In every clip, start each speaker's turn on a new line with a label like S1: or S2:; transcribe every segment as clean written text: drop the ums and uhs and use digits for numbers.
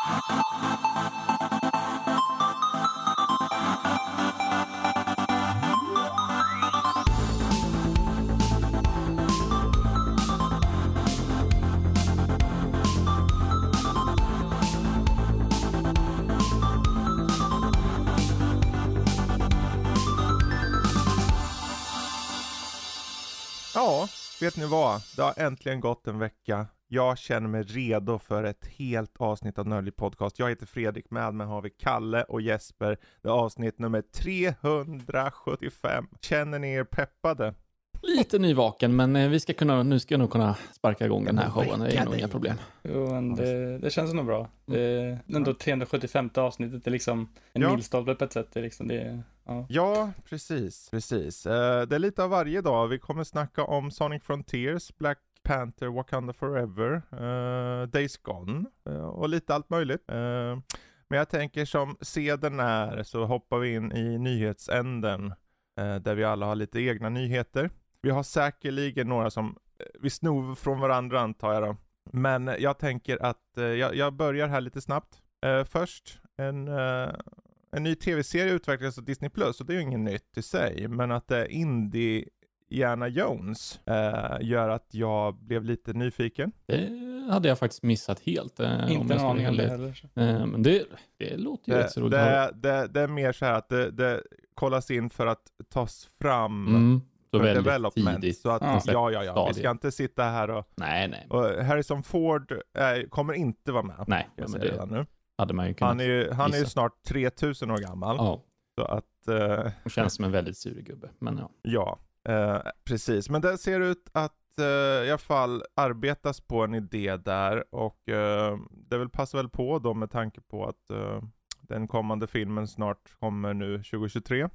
S1: Ja, vet ni vad? Det har äntligen gått en vecka. Jag känner mig redo för ett helt avsnitt av Nördlig Podcast. Jag heter Fredrik, med mig har vi Kalle och Jesper. Det är avsnitt nummer 375. Känner ni er peppade?
S2: Lite nyvaken, men nu ska jag nog kunna sparka igång den här showen. Det är nog inga problem.
S3: Jo, men det känns nog bra. Ändå 375 avsnittet är liksom en milstolpe på ett sätt. Det är liksom det.
S1: Ja, precis. Det är lite av varje dag. Vi kommer snacka om Sonic Frontiers, Black Panther, Wakanda Forever, Days Gone och lite allt möjligt. Men jag tänker som seden är så hoppar vi in i nyhetsänden där vi alla har lite egna nyheter. Vi har säkerligen några som vi snor från varandra, antar jag då. Men jag tänker att jag börjar här lite snabbt. Först en ny tv-serie utvecklas av Disney Plus, och det är ju inget nytt i sig, men att Indiana Jones gör att jag blev lite nyfiken.
S2: Det hade jag faktiskt missat helt.
S3: Inte någon aning heller.
S2: Men det låter ju rätt så roligt.
S1: Det är mer så här att det kollas in för att tas fram för development. Tidigt. Så att, ja. Vi ska inte sitta här och...
S2: Nej.
S1: Och Harrison Ford kommer inte vara med.
S2: Nej, men det nu. Hade man ju kunnat
S1: han är ju snart 3000 år gammal.
S2: Ja.
S1: Så att...
S2: Det känns som en väldigt sur gubbe, men ja.
S1: Ja, precis. Men det ser ut att i alla fall arbetas på en idé där, och det vill passa väl på då med tanke på att den kommande filmen snart kommer nu 2023.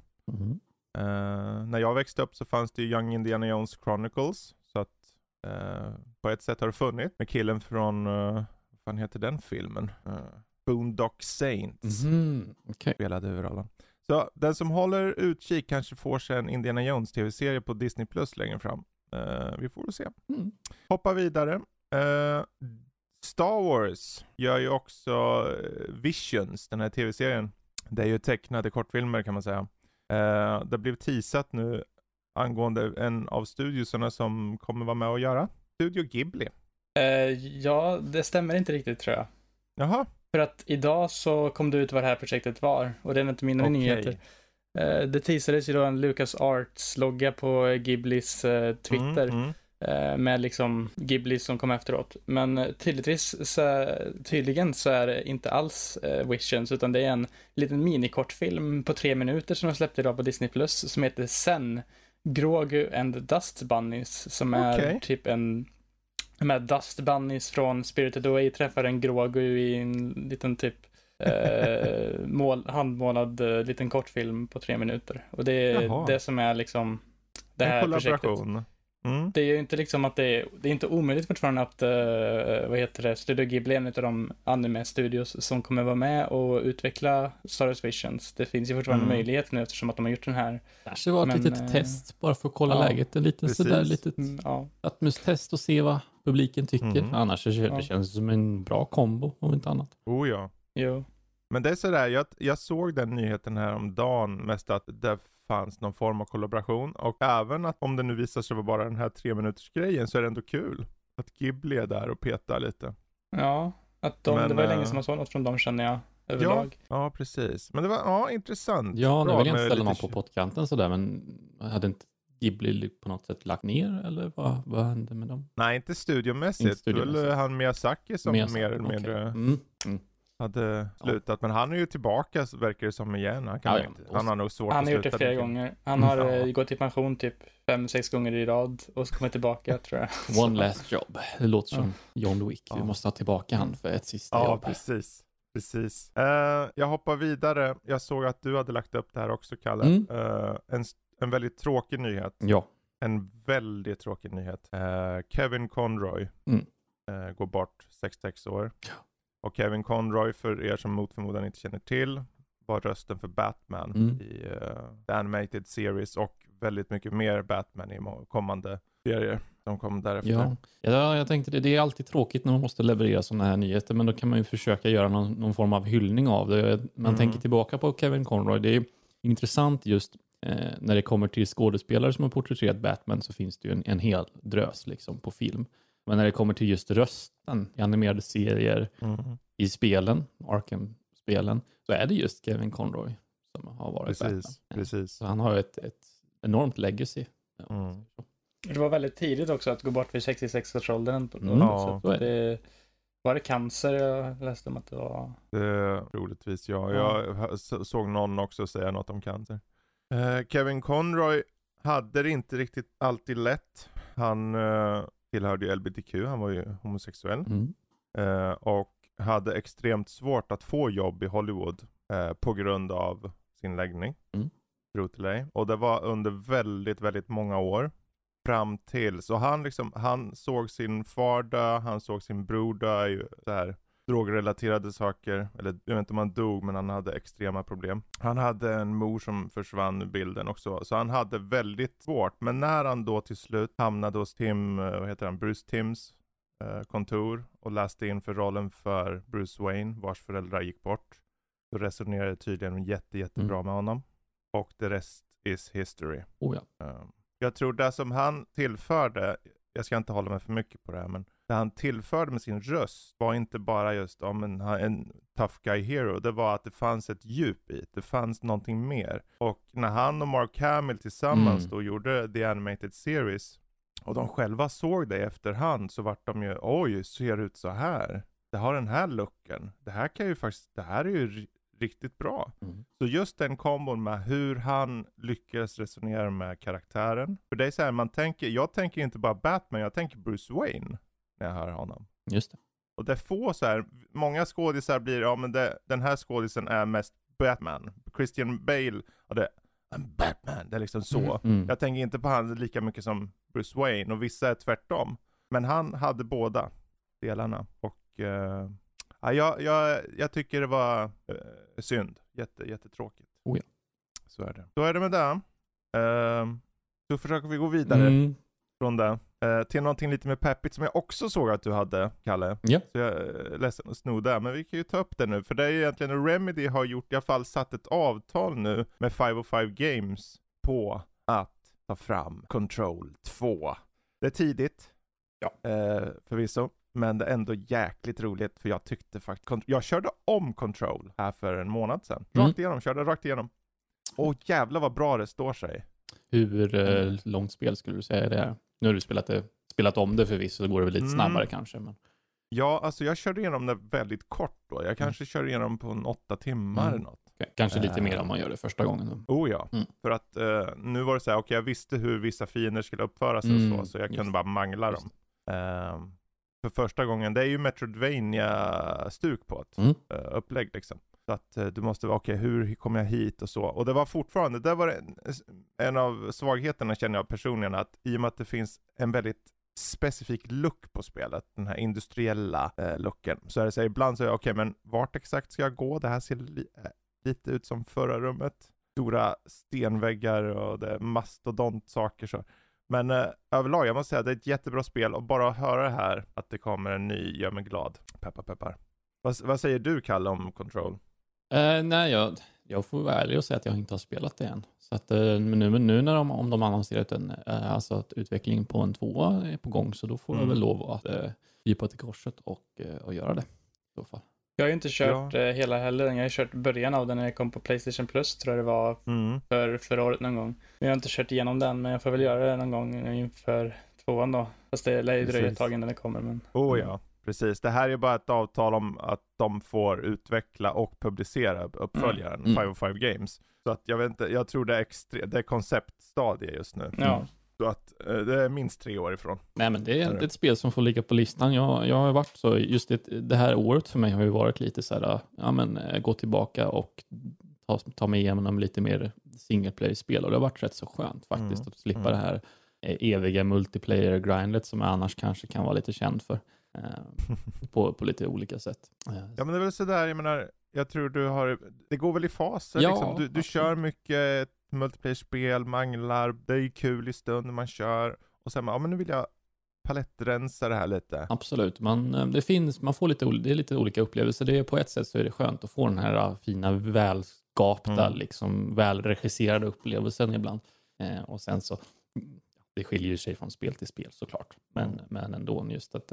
S1: När jag växte upp så fanns det ju Young Indiana Jones Chronicles, så att på ett sätt har det funnits med killen från vad fan heter den filmen? Boondock Saints.
S2: Okay.
S1: Spelade huvudrollen. Så den som håller utkik kanske får sig en Indiana Jones tv-serie på Disney Plus längre fram. Vi får väl se. Hoppa vidare. Star Wars gör ju också Visions, den här tv-serien. Det är ju tecknade kortfilmer, kan man säga. Det blev teasat nu angående en av studiosarna som kommer vara med och göra. Studio Ghibli.
S3: Ja, det stämmer inte riktigt, tror jag.
S1: Jaha.
S3: För att idag så kom det ut vad det här projektet var. Och det är inte mina nyheter. Det teasades ju då en LucasArts-logga på Ghiblis Twitter. Med liksom Ghibli som kom efteråt. Men tydligen så är det inte alls Visions, utan det är en liten minikortfilm på 3 minuter som de släppte idag på Disney Plus, som heter Zen, Grogu and Dust Bunnies, som är typ med Dust Bunnies från Spirited Away träffar en Grogu i en liten typ handmålad liten kortfilm på 3 minuter. Och det är det som är liksom det här projektet. Det är ju inte liksom att det är inte omöjligt fortfarande att Studio Ghibli är en av de anime-studios som kommer vara med och utveckla Star Wars Visions. Det finns ju fortfarande möjlighet nu eftersom att de har gjort den här.
S2: Kanske var ett litet test bara för att kolla läget. En liten sådär litet atmostest och se vad publiken tycker. Annars det känns som en bra kombo om inte annat.
S1: Oh ja.
S3: Jo.
S1: Men det är sådär, jag såg den nyheten här om dagen, mest att det fanns någon form av kollaboration, och även att om det nu visar sig vara bara den här 3 minuters grejen, så är det ändå kul att Ghibli är där och petar lite.
S3: Ja, det var länge som man såg något från dem, känner jag överlag.
S1: Ja, precis. Men det var intressant.
S2: Ja, nu vill jag inte ställa någon på pottkanten sådär, men hade inte Ghibli på något sätt lagt ner, eller vad hände med dem?
S1: Nej, inte studiomässigt. Det var han Miyazaki som mer eller mindre hade slutat, men han är ju tillbaka, verkar det som, igen. Han har nog svårt att sluta.
S3: Han har gjort det flera gånger. Han har gått i pension typ 5-6 gånger i rad och så kommer tillbaka, tror jag.
S2: One last job. Det låter som John Wick. Vi måste ha tillbaka han för ett sista jobb.
S1: Ja, precis. Jag hoppar vidare. Jag såg att du hade lagt upp det här också, Kalle. En väldigt tråkig nyhet.
S2: Ja.
S1: En väldigt tråkig nyhet. Kevin Conroy går bort, 66 år. Och Kevin Conroy, för er som mot förmodan inte känner till, var rösten för Batman i The Animated Series och väldigt mycket mer Batman i kommande serier. som kom därefter.
S2: Ja, jag tänkte det är alltid tråkigt när man måste leverera sådana här nyheter, men då kan man ju försöka göra någon form av hyllning av det. Man tänker tillbaka på Kevin Conroy. Det är intressant just när det kommer till skådespelare som har porträtterat Batman, så finns det ju en hel drös liksom på film. Men när det kommer till just rösten i animerade serier, i spelen, Arkham-spelen, så är det just Kevin Conroy som har varit Batman.
S1: Precis.
S2: Så han har ett enormt legacy.
S3: Det var väldigt tidigt också att gå bort vid 66-årsåldern. Var det cancer jag läste om att det var?
S1: Troligtvis, ja. Jag såg någon också säga något om cancer. Kevin Conroy hade det inte riktigt alltid lätt. Han tillhörde ju LGBTQ, han var ju homosexuell. Och hade extremt svårt att få jobb i Hollywood på grund av sin läggning. Och det var under väldigt, väldigt många år fram till. Så han såg sin far dö, han såg sin bror dö i så här drogrelaterade saker. Eller jag vet inte om han dog, men han hade extrema problem. Han hade en mor som försvann ur bilden också. Så han hade väldigt svårt. Men när han då till slut hamnade hos Bruce Timms kontor och läste in för rollen för Bruce Wayne, vars föräldrar gick bort, så resonerade tydligen jättebra med honom. Och the rest is history. Jag tror det som han tillförde, jag ska inte hålla mig för mycket på det här, men det han tillförde med sin röst var inte bara just en tough guy hero. Det var att det fanns ett djup i. Det fanns någonting mer. Och när han och Mark Hamill tillsammans då gjorde The Animated Series, och de själva såg det i efterhand, så vart de ju, oj, ser ut så här. Det har den här looken. Det här är ju riktigt bra. Så just den kombon med hur han lyckas resonera med karaktären. För det är så här, jag tänker inte bara Batman, jag tänker Bruce Wayne när jag hör honom.
S2: Just det.
S1: Och det får så här, många skådisar blir, den här skådisen är mest Batman. Christian Bale, och det Batman, det är liksom så. Jag tänker inte på han lika mycket som Bruce Wayne, och vissa är tvärtom. Men han hade båda delarna. Och jag tycker det var synd. Jättetråkigt. Så är det. Då är det med det. Då försöker vi gå vidare från det. Till någonting lite mer peppigt som jag också såg att du hade, Kalle.
S2: Ja.
S1: Så jag är ledsen att sno där, men vi kan ju ta upp det nu. För det är egentligen Remedy har gjort, i alla fall satt ett avtal nu med 505 Games på att ta fram Control 2. Det är tidigt. Förvisso. Men det är ändå jäkligt roligt, för jag tyckte faktiskt... Jag körde om Control här för en månad sedan. Körde rakt igenom. Åh jävlar vad bra det står sig.
S2: Hur långt spel skulle du säga det är? Nu har du spelat om det förvisso, så går det väl lite snabbare kanske. Men...
S1: Ja, alltså jag körde igenom det väldigt kort då. Jag kanske körde igenom på 8 timmar eller något.
S2: Kanske lite mer om man gör det första gången.
S1: För att nu var det så här, jag visste hur vissa fiender skulle uppföra sig och så jag kunde bara mangla dem. För första gången, det är ju Metroidvania-stuk på ett upplägg liksom. Så att du måste vara, hur kommer jag hit och så. Och det var fortfarande, det var en av svagheterna känner jag personligen, att i och med att det finns en väldigt specifik look på spelet, den här industriella looken, så är det så här, ibland så är jag, men vart exakt ska jag gå? Det här ser lite ut som förra rummet. Stora stenväggar och det är mastodontsaker så. Men överlag, jag måste säga att det är ett jättebra spel, och bara höra det här att det kommer en ny gör mig glad. Peppar. Vad säger du, Kalle, om Control?
S2: Nej, jag får vara ärlig och säga att jag inte har spelat det än. Så att nu när de annonserat alltså att utvecklingen på en 2 är på gång, så då får jag väl lov att djupa till korset och göra det i så fall.
S3: Jag har ju inte kört hela heller. Jag har kört början av den när jag kom på PlayStation Plus, tror jag det var förra året någon gång. Men jag har inte kört igenom den, men jag får väl göra det någon gång inför 2:an då. Fast det lär ju dröja ett tag innan det kommer. Men...
S1: Precis. Det här är bara ett avtal om att de får utveckla och publicera uppföljaren 505 Games. Så att jag vet inte, jag tror det är konceptstadie just nu.
S3: Ja.
S1: Så att det är minst 3 år ifrån.
S2: Nej, men det är ett spel som får ligga på listan. Jag har varit så, just det här året för mig har ju varit lite så här, gå tillbaka och ta mig igenom lite mer single player-spel, och det har varit rätt så skönt faktiskt att slippa det här eviga multiplayer-grindet som jag annars kanske kan vara lite känd för på lite olika sätt.
S1: Ja, men det är väl sådär, jag menar, jag tror det går väl i faser liksom. Du kör mycket multiplayer-spel, manglar, det är ju kul i stund när man kör, och sen men nu vill jag palettrensa det här lite.
S2: Absolut. Man får det är lite olika upplevelser. Det är, på ett sätt så är det skönt att få den här fina välskapta, liksom välregisserade upplevelsen ibland. Och sen så, det skiljer sig från spel till spel såklart. Men ändå just att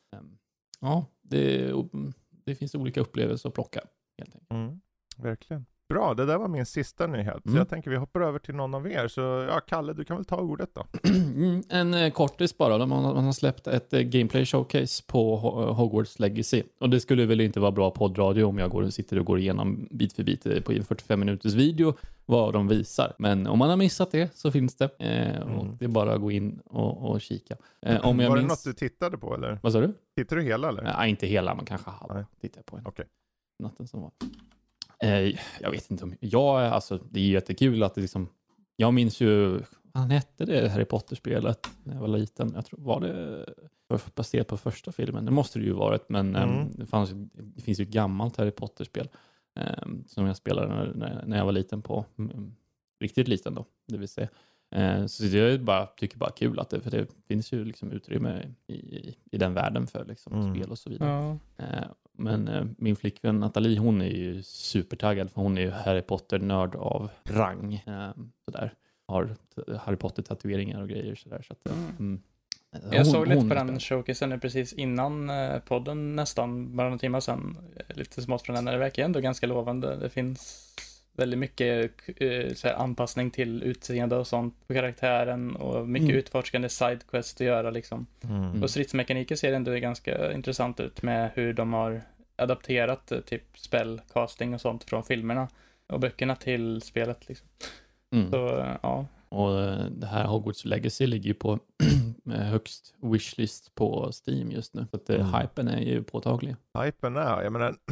S2: det finns olika upplevelser att plocka helt enkelt.
S1: Verkligen. Bra, det där var min sista nyhet. Så jag tänker vi hoppar över till någon av er. Så ja, Kalle, du kan väl ta ordet då.
S2: En kortis bara. Man har släppt ett gameplay showcase på Hogwarts Legacy. Och det skulle väl inte vara bra poddradio om jag sitter och går igenom bit för bit på en 45 minuters video vad de visar. Men om man har missat det så finns det. Och det är bara att gå in och kika.
S1: Var det något du tittade på eller?
S2: Vad sa du?
S1: Tittade du hela eller?
S2: Nej, inte hela, men kanske halva. Tittade på en.
S1: Okej.
S2: Natten som var. Jag vet inte om... alltså, det är jättekul att det liksom... Jag minns ju... Han hette det Harry Potter-spelet när jag var liten. Jag tror, var det baserat på första filmen? Det måste det ju varit, men det finns ju ett gammalt Harry Potter-spel som jag spelade när jag var liten på. Riktigt liten då, det vill säga. Så jag tycker bara kul att för det finns ju liksom utrymme i den världen för liksom spel och så vidare. Men min flickvän Nathalie, hon är ju supertaggad för hon är ju Harry Potter-nörd av rang. Sådär. Har Harry Potter-tatueringar och grejer sådär. Så att,
S3: jag såg lite på den showcasen nu precis innan podden nästan, bara några timmar sedan. Lite smått från den. Det verkar ändå ganska lovande. Det finns väldigt mycket så här, anpassning till utseende och sånt på karaktären och mycket utforskande sidequest att göra liksom. Och stridsmekaniken ser ändå ganska intressant ut med hur de har adapterat typ spellcasting och sånt från filmerna och böckerna till spelet liksom. Så ja.
S2: Och det här Hogwarts Legacy ligger ju på högst wishlist på Steam just nu. Så att hypen är ju påtaglig.
S1: Hypen är, jag menar,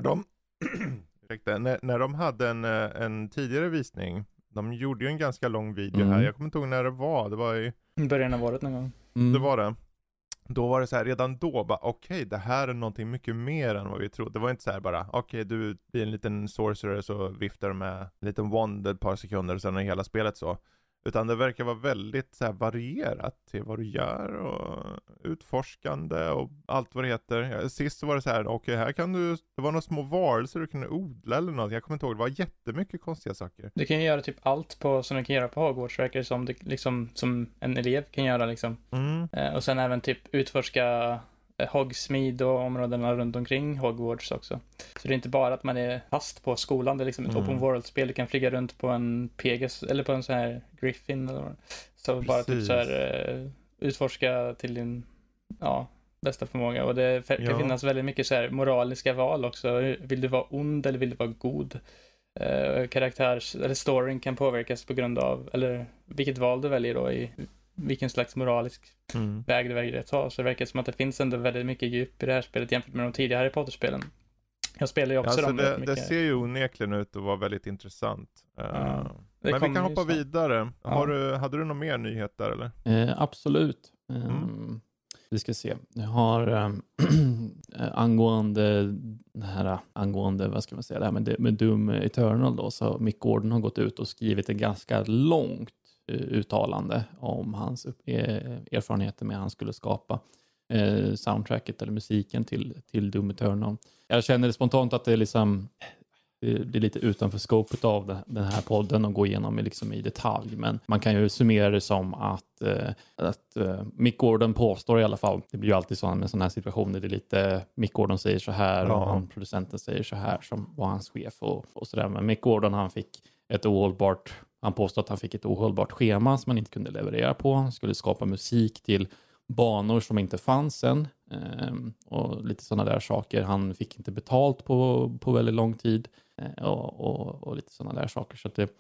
S1: när de hade en tidigare visning, de gjorde ju en ganska lång video här. Jag kommer inte ihåg när det var i
S3: början av året någon gång.
S1: Det var det. Då var det så här, redan då bara okej, det här är någonting mycket mer än vad vi trodde. Det var inte så här bara, okej, du blir en liten sorcerer så viftar du med en liten wand ett par sekunder och sen är hela spelet så. Utan det verkar vara väldigt så här varierat till vad du gör och utforskande och allt vad det heter. Sist så var det så här, okej, här kan du, det var några små varelser du kunde odla eller något. Jag kommer inte ihåg, det var jättemycket konstiga saker.
S3: Du kan ju göra typ allt som du kan göra på Hogwarts, verkar som det, liksom, som en elev kan göra liksom. Och sen även typ utforska Hogsmeade och områdena runt omkring Hogwarts också. Så det är inte bara att man är fast på skolan, det är liksom ett open world-spel. Du kan flyga runt på en Pegasus eller på en sån här Griffin eller vad. Så bara typ så här utforska till din bästa förmåga. Och det kan finnas väldigt mycket så här moraliska val också. Vill du vara ond eller vill du vara god? Karaktärs eller storyn kan påverkas på grund av eller vilket val du väljer då i vilken slags moralisk väg du väljer att ta. Så det verkar som att det finns ändå väldigt mycket djup i det här spelet jämfört med de tidigare Harry Potter-spelen. Jag spelar ju också dem
S1: det, mycket. Det ser ju onekligen ut att vara väldigt intressant. Men vi kan hoppa vidare. Hade du någon mer nyhet där eller?
S2: Absolut. Vi ska se. Jag har angående vad ska man säga, det här med Doom Eternal då, så Mick Gordon har gått ut och skrivit ett ganska långt uttalande om hans erfarenheter med att han skulle skapa soundtracket eller musiken till Doom Eternal. Jag känner spontant att det är liksom det är lite utanför skopet av den här podden och gå igenom liksom i detalj, men man kan ju summera det som att Mick Gordon påstår i alla fall, det blir ju alltid en sån här situation där det är lite Mick Gordon säger så här och producenten säger så här som var hans chef och sådär, men Mick Gordon han påstod att han fick ett ohållbart schema som man inte kunde leverera på. Han skulle skapa musik till banor som inte fanns än. Och lite sådana där saker. Han fick inte betalt på väldigt lång tid. Och lite sådana där saker. Så att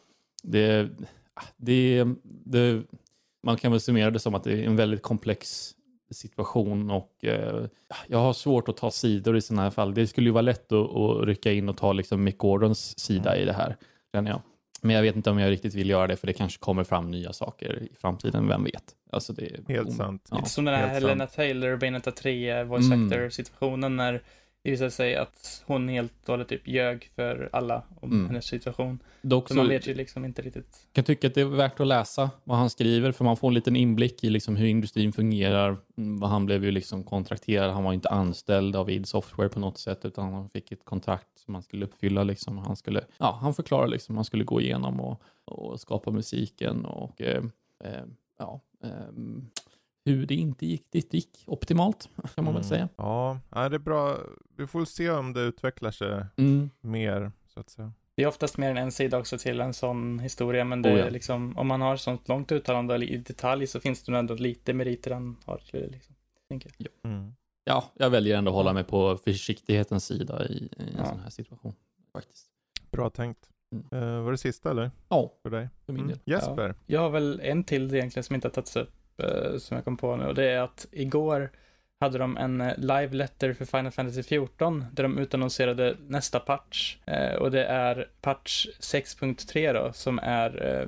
S2: man kan väl summera det som att det är en väldigt komplex situation. Och jag har svårt att ta sidor i sådana här fall. Det skulle ju vara lätt att rycka in och ta liksom Mick Gordons sida i det här, känner jag. Men jag vet inte om jag riktigt vill göra det, för det kanske kommer fram nya saker i framtiden, vem vet. Alltså det är
S1: helt sant.
S3: Lite som den här Helena Taylor, Bayonetta 3 voice actor situationen när det visade sig att hon helt och hållet typ ljög för alla om hennes situation.
S2: Dock
S3: så man vet ju liksom inte riktigt.
S2: Jag kan tycka att det är värt att läsa vad han skriver, för man får en liten inblick i liksom hur industrin fungerar. Han blev ju liksom kontrakterad, han var inte anställd av id Software på något sätt, utan han fick ett kontrakt som han skulle uppfylla liksom. Han förklarar liksom, han skulle gå igenom och skapa musiken och hur det inte gick optimalt, kan man väl säga.
S1: Ja, det är bra. Vi får se om det utvecklar sig mer, så att säga.
S3: Det är oftast mer än en sida också till en sån historia, men det är liksom, om man har sånt långt uttalande i detalj så finns det ändå lite meriter han har till det, liksom, tänker jag.
S2: Ja, jag väljer ändå att hålla mig på försiktighetens sida i en sån här situation, faktiskt.
S1: Bra tänkt. Var det sista, eller?
S2: Ja,
S1: för dig.
S2: För min del.
S1: Jesper?
S3: Ja. Jag har väl en till egentligen som inte har tagits upp, som jag kom på nu, och det är att igår hade de en live letter för Final Fantasy 14 där de utannonserade nästa patch, och det är patch 6.3 då, som är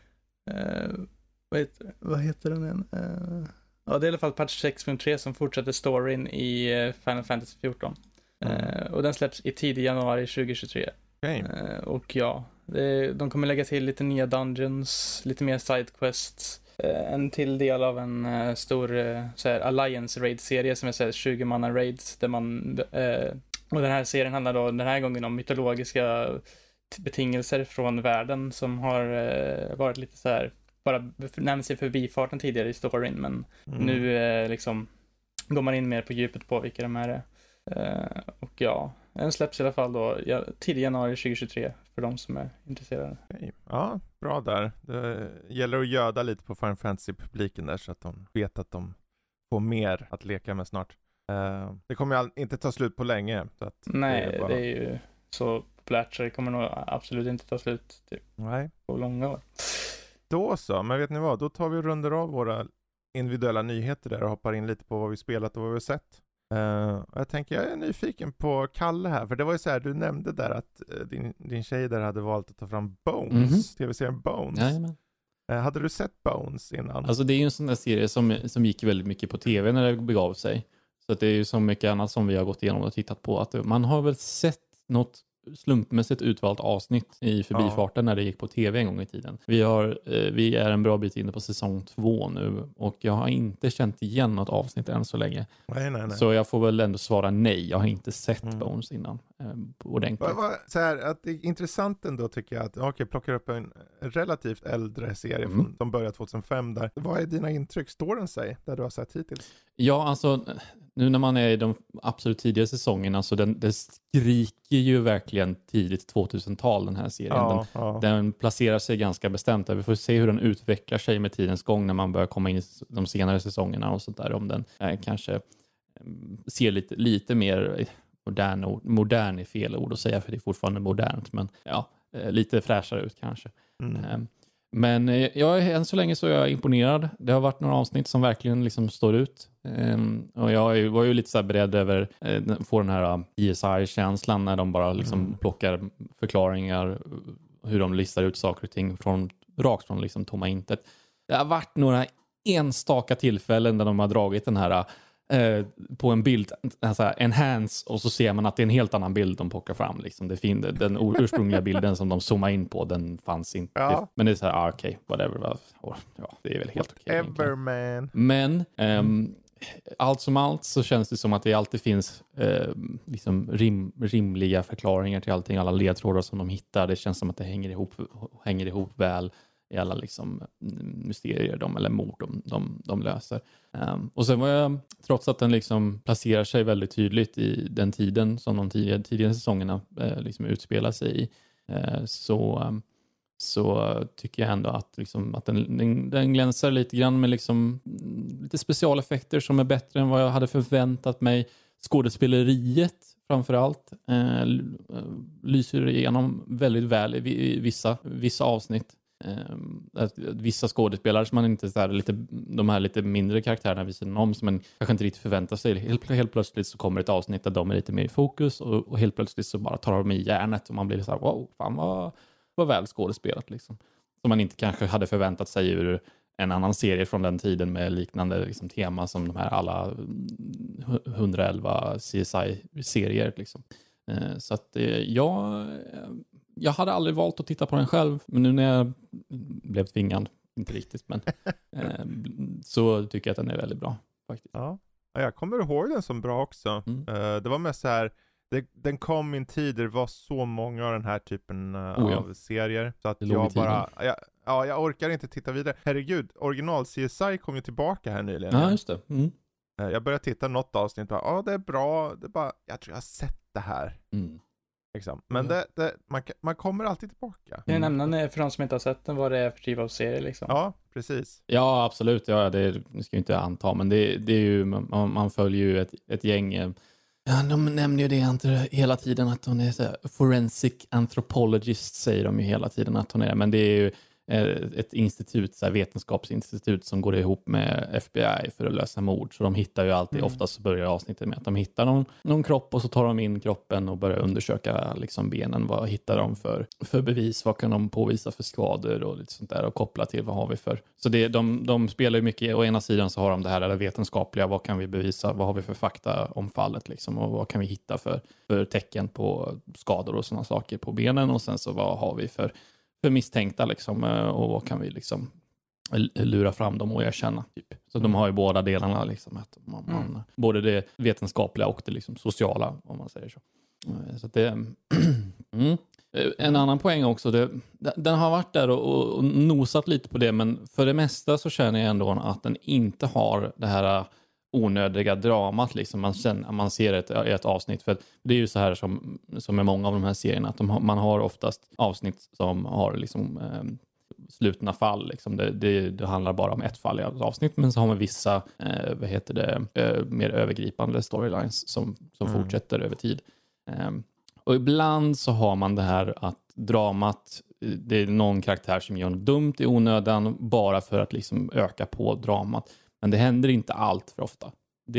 S3: vad heter den igen? Ja, det är i alla fall patch 6.3 som fortsätter storyn i Final Fantasy 14. Och den släpps i tidig januari 2023.
S1: Okay.
S3: Och ja, de kommer lägga till lite nya dungeons, lite mer sidequests, en till del av en stor så här, Alliance Raid-serie som är så här 20-manna raids där man och den här serien handlar då den här gången om mytologiska betingelser från världen som har varit lite så här bara nämnt sig förbifarten tidigare i storyn, men nu liksom går man in mer på djupet på vilka de här är. Och ja, den släpps i alla fall då tidig januari 2023 för de som är intresserade.
S1: Okay. Ja, bra där. Det gäller att göda lite på Final Fantasy-publiken där så att de vet att de får mer att leka med snart. Det kommer ju inte ta slut på länge. Så att
S3: nej, det är ju så populärt så det kommer nog absolut inte ta slut typ, på långa år.
S1: Då så, men vet ni vad? Då tar vi och runder av våra individuella nyheter där och hoppar in lite på vad vi spelat och vad vi har sett. Jag tänker, jag är nyfiken på Kalle här, för det var ju så här, du nämnde där att din tjej där hade valt att ta fram Bones, tv-serien Bones.
S2: Jajamän.
S1: Hade du sett Bones innan?
S2: Alltså det är ju en sån där serie som gick väldigt mycket på tv när det begav sig. Så att det är ju så mycket annat som vi har gått igenom och tittat på. Att man har väl sett något slumpmässigt utvalt avsnitt i förbifarten när det gick på tv en gång i tiden. Vi är en bra bit inne på säsong 2 nu och jag har inte känt igen något avsnitt än så länge.
S1: Nej.
S2: Så jag får väl ändå svara nej. Jag har inte sett Bones innan ordentligt.
S1: Så här, att det är intressant ändå tycker jag att plockar upp en relativt äldre serie som började 2005 där. Vad är dina intryck? Står den sig där du har sett hittills?
S2: Ja, alltså nu när man är i de absolut tidiga säsongerna så det skriker ju verkligen tidigt 2000-tal den här serien. Den placerar sig ganska bestämt. Vi får se hur den utvecklar sig med tidens gång när man börjar komma in i de senare säsongerna och sånt där. Om den kanske ser lite mer modern är fel ord att säga för det är fortfarande modernt. Men ja, lite fräschare ut kanske. Men än så länge så är jag imponerad. Det har varit några avsnitt som verkligen liksom står ut. Och jag var ju lite så här beredd över få den här ESI-känslan när de bara liksom plockar förklaringar hur de listar ut saker och ting rakt från liksom tomma intet. Det har varit några enstaka tillfällen där de har dragit den här på en bild, alltså enhance, och så ser man att det är en helt annan bild de plockar fram. Liksom. Den ursprungliga bilden som de zoomar in på, den fanns inte. Ja. Men det är så här, okej, whatever. Ja, det är väl helt okej. Men allt som allt så känns det som att det alltid finns liksom rimliga förklaringar till allting. Alla ledtrådar som de hittar, det känns som att det hänger ihop väl i alla liksom mysterier eller mord de löser. Och sen var jag, trots att den liksom placerar sig väldigt tydligt i den tiden som de tidigare säsongerna liksom utspelar sig i, så tycker jag ändå att den glänsar lite grann med liksom lite specialeffekter som är bättre än vad jag hade förväntat mig. Skådespeleriet framförallt lyser igenom väldigt väl i vissa avsnitt. Vissa skådespelare som man inte så här, de här lite mindre karaktärerna visar om som man kanske inte riktigt förväntar sig. Helt plötsligt så kommer ett avsnitt där de är lite mer i fokus och helt plötsligt så bara tar de i hjärnet och man blir så här, wow, fan vad väl skådespelat liksom. Som man inte kanske hade förväntat sig ur en annan serie från den tiden med liknande liksom, tema som de här alla 111 CSI-serier. Liksom. Så att jag hade aldrig valt att titta på den själv, men nu när jag blev tvingad, inte riktigt, men så tycker jag att den är väldigt bra faktiskt.
S1: Ja, jag kommer ihåg den som bra också. Det var mest så här, den kom i en tid där det var så många av den här typen av serier, så att jag bara jag orkar inte titta vidare. Herregud, original CSI kom ju tillbaka här nyligen.
S2: Ja, just det.
S1: Jag började titta något avsnitt och bara, det är bra, det är bara, jag tror jag har sett det här. Liksom. Men man kommer alltid tillbaka.
S3: Kan jag nämna för de som inte har sett den vad det är för typ av serie liksom?
S1: Ja, precis.
S2: Ja, absolut. Ja, det ska jag inte anta, men det är ju, man följer ju ett gäng. Ja, de nämner ju det hela tiden att hon är så här, forensic anthropologist, säger de ju hela tiden att hon är, men det är ju ett institut, så här vetenskapsinstitut som går ihop med FBI för att lösa mord. Så de hittar ju alltid, oftast så börjar avsnittet med att de hittar någon kropp och så tar de in kroppen och börjar undersöka liksom benen. Vad hittar de för bevis? Vad kan de påvisa för skador och lite sånt där och koppla till vad har vi för. Så de spelar ju mycket, å ena sidan så har de det här vetenskapliga, vad kan vi bevisa, vad har vi för fakta om fallet liksom, och vad kan vi hitta för tecken på skador och sådana saker på benen, och sen så vad har vi för misstänkta liksom, och vad kan vi liksom lura fram dem och erkänna typ. Så de har ju båda delarna liksom, att man både det vetenskapliga och det liksom sociala, om man säger så. Så att det en annan poäng också, den har varit där och nosat lite på det, men för det mesta så känner jag ändå att den inte har det här onödiga dramat liksom. Man ser ett avsnitt, för det är ju så här som med många av de här serierna, att man har oftast avsnitt som har liksom slutna fall liksom. Det handlar bara om ett fall i avsnitt, men så har man vissa mer övergripande storylines som fortsätter över tid. Och ibland så har man det här att dramat, det är någon karaktär som gör något dumt i onödan bara för att liksom öka på dramat. Men det händer inte allt för ofta.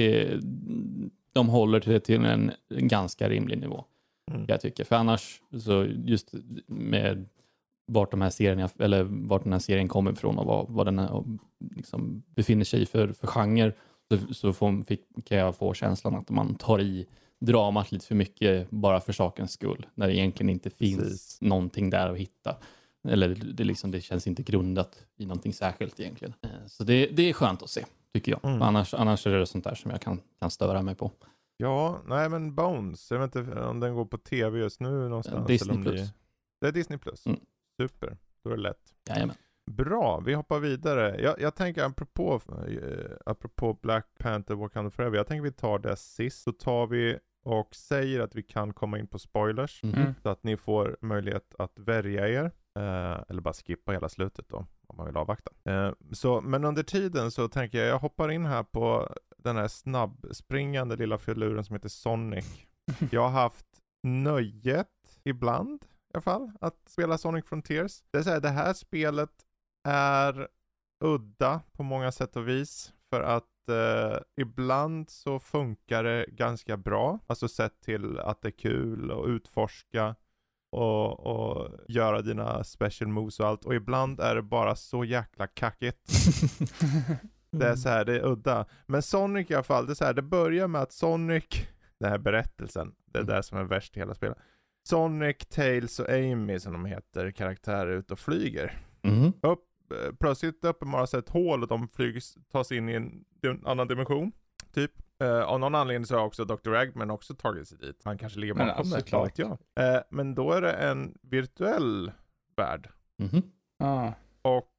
S2: De håller till en ganska rimlig nivå. Jag tycker. För annars, så just med vart den här serien kommer ifrån och vad den liksom befinner sig i för genre, så kan jag få känslan att man tar i dramat lite för mycket bara för sakens skull. När det egentligen inte finns någonting där att hitta. Eller det känns inte grundat i någonting särskilt egentligen. Så det är skönt att se, tycker jag. Annars är det sånt där som jag kan störa mig på.
S1: Ja, nej men Bones, jag vet inte om den går på tv just nu någonstans.
S2: Disney Plus.
S1: Det är Disney Plus. Super, då är det lätt.
S2: Jajamän.
S1: Bra, vi hoppar vidare. Jag tänker apropå Black Panther Wakanda Forever, jag tänker vi tar det sist. Så tar vi och säger att vi kan komma in på spoilers. Så att ni får möjlighet att värja er. Eller bara skippa hela slutet då, om man vill avvakta. Men under tiden så tänker jag hoppar in här på den här snabbspringande lilla filuren som heter Sonic. Jag har haft nöjet ibland i alla fall att spela Sonic Frontiers. Det är så här, det här spelet är udda på många sätt och vis, för att ibland så funkar det ganska bra, alltså sett till att det är kul att utforska och göra dina special moves och allt, och ibland är det bara så jäkla kackigt. Det är så här, det är udda. Men Sonic i alla fall, det är så här, det börjar med att Sonic, den här berättelsen, det är det som är värst i hela spelet. Sonic, Tails och Amy, som de heter, karaktärer ut och flyger. Plötsligt uppenbarar sig ett hål och de tas in i en annan dimension. Typ. Av någon anledning så har också Dr. Eggman också tagit sig dit. Han kanske ligger bakom det, klart. Men då är det en virtuell värld. Och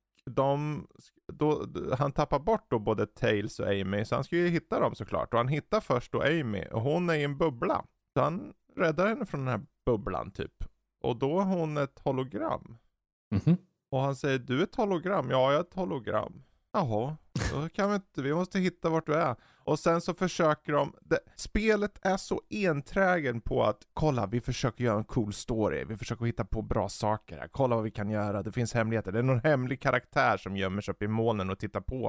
S1: han tappar bort då både Tails och Amy, så han ska ju hitta dem såklart. Och han hittar först då Amy, och hon är i en bubbla. Så han räddar henne från den här bubblan typ. Och då har hon ett hologram. Och han säger, du är ett hologram? Ja, jag är ett hologram. Jaha, då kan vi måste hitta vart du är. Och sen så försöker spelet är så enträgen på att kolla, vi försöker göra en cool story. Vi försöker hitta på bra saker här. Kolla vad vi kan göra. Det finns hemligheter. Det är någon hemlig karaktär som gömmer sig upp i molnen och tittar på.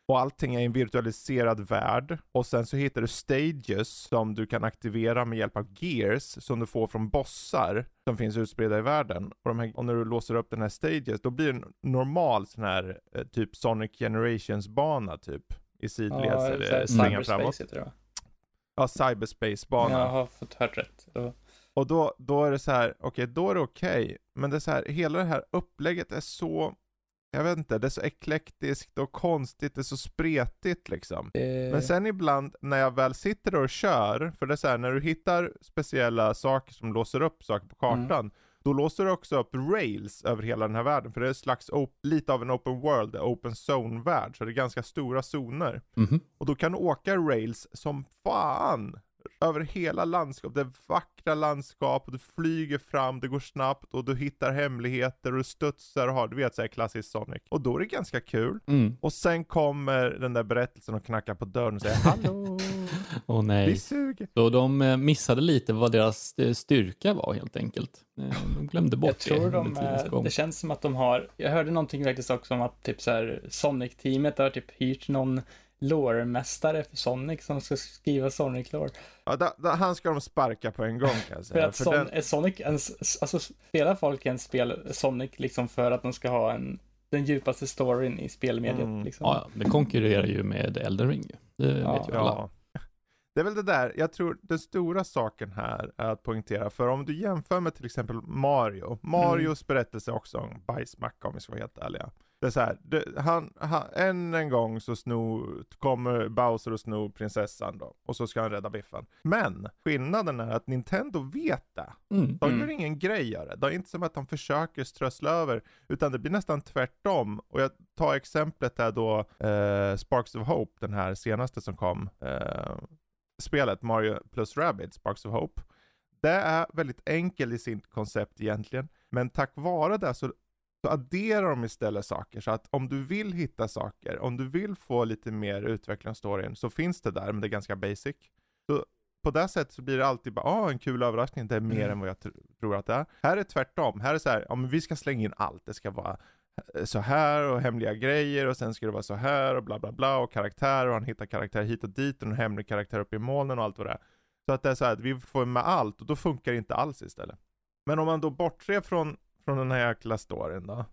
S1: Och allting är i en virtualiserad värld. Och sen så hittar du stages som du kan aktivera med hjälp av gears som du får från bossar som finns utspridda i världen. Och när du låser upp den här stages, då blir det en normal sån här typ Sonic Generations-bana typ. I sidled eller springa framåt.
S3: Heter det, va?
S1: Ja, cyberspace-bana.
S3: Jag har fått hört rätt.
S1: Och då är det så här, okej, då är det okej. Men det är så här, hela det här upplägget är så, jag vet inte, det är så eklektiskt och konstigt, det är så spretigt liksom. Men sen ibland när jag väl sitter och kör, för det är så här, när du hittar speciella saker som låser upp saker på kartan, då låser du också upp rails över hela den här världen. För det är slags lite av en open world, open zone-värld. Så det är ganska stora zoner. Och då kan du åka rails som fan över hela landskapet. Det är vackra landskap och du flyger fram, det går snabbt och du hittar hemligheter och du studsar och har, du vet, så här klassiskt Sonic. Och då är det ganska kul. Och sen kommer den där berättelsen och knackar på dörren och säger hallå.
S2: Åh nej.
S1: Vi suger.
S2: Så de missade lite vad deras styrka var helt enkelt. De glömde bort
S3: jag tror det känns som att de har, jag hörde någonting faktiskt också om att typ så här Sonic-teamet har typ hyrt någon lore-mästare för Sonic som ska skriva Sonic-lore.
S1: Ja, han ska de sparka på en gång kan jag säga.
S3: För att Sonic alltså spelar folk en Sonic liksom för att de ska ha den djupaste storyn i spelmediet liksom.
S2: Ja, det konkurrerar ju med Elden Ring. Det vet ju alla.
S1: Det är väl det där, jag tror den stora saken här är att poängtera, för om du jämför med till exempel Marios berättelse också om bajsmacka, om vi ska vara helt ärliga. Det är så här, än en gång så kommer Bowser och snor prinsessan då, och så ska han rädda biffen. Men skillnaden är att Nintendo vet det. De gör ingen grej av det. Det är inte som att de försöker strössla över, utan det blir nästan tvärtom. Och jag tar exemplet där då Sparks of Hope, den här senaste som kom, spelet Mario plus Rabbids Sparks of Hope. Det är väldigt enkel i sitt koncept egentligen, men tack vare det så adderar de istället saker, så att om du vill hitta saker, om du vill få lite mer utveckling av storyn, så finns det där, men det är ganska basic. Så på det sättet så blir det alltid bara, en kul överraskning, det är mer än vad jag tror att det är. Här är tvärtom, här är så här, men vi ska slänga in allt, det ska vara så här och hemliga grejer och sen ska det vara så här och bla bla bla och karaktärer och han hittar karaktär hit och dit och en hemlig karaktär uppe i molnen och allt vad det är. Så att det är så här att vi får med allt och då funkar det inte alls istället. Men om man då bortser från den här jäkla storyn då.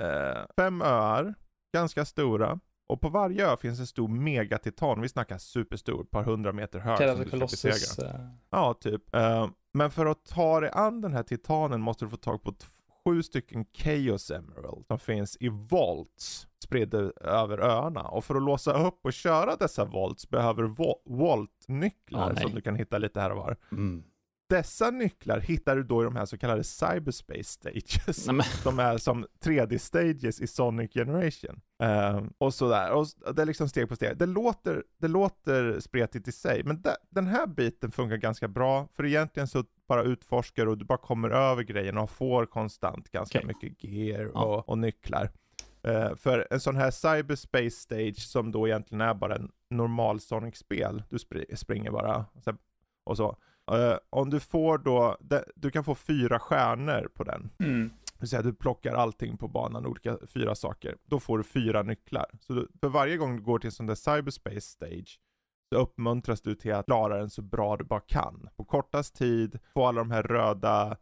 S1: 5 öar, ganska stora. Och på varje ö finns en stor megatitan. Vi snackar superstor, ett par 100 meter hög. Som du ska besegra. Ja, typ. Men för att ta dig an den här titanen måste du få tag på 7 stycken Chaos Emerald som finns i volts spridda över öarna. Och för att låsa upp och köra dessa volts behöver volt-nycklar som du kan hitta lite här och var. Dessa nycklar hittar du då i de här så kallade cyberspace stages. De är som 3D-stages i Sonic Generation. Och sådär. Och det är liksom steg på steg. Det låter spretigt i sig. Men den här biten funkar ganska bra. För egentligen så bara utforskar och du bara kommer över grejerna och får konstant ganska mycket gear och nycklar. För en sån här cyberspace stage som då egentligen är bara en normal Sonic-spel. Du springer bara och så. Om du får då, du kan få 4 stjärnor på den. Det vill säga du plockar allting på banan, 4 saker. Då får du 4 nycklar. Så för varje gång du går till en sån där cyberspace stage så uppmuntras du till att klara den så bra du bara kan. På kortast tid, få alla de här röda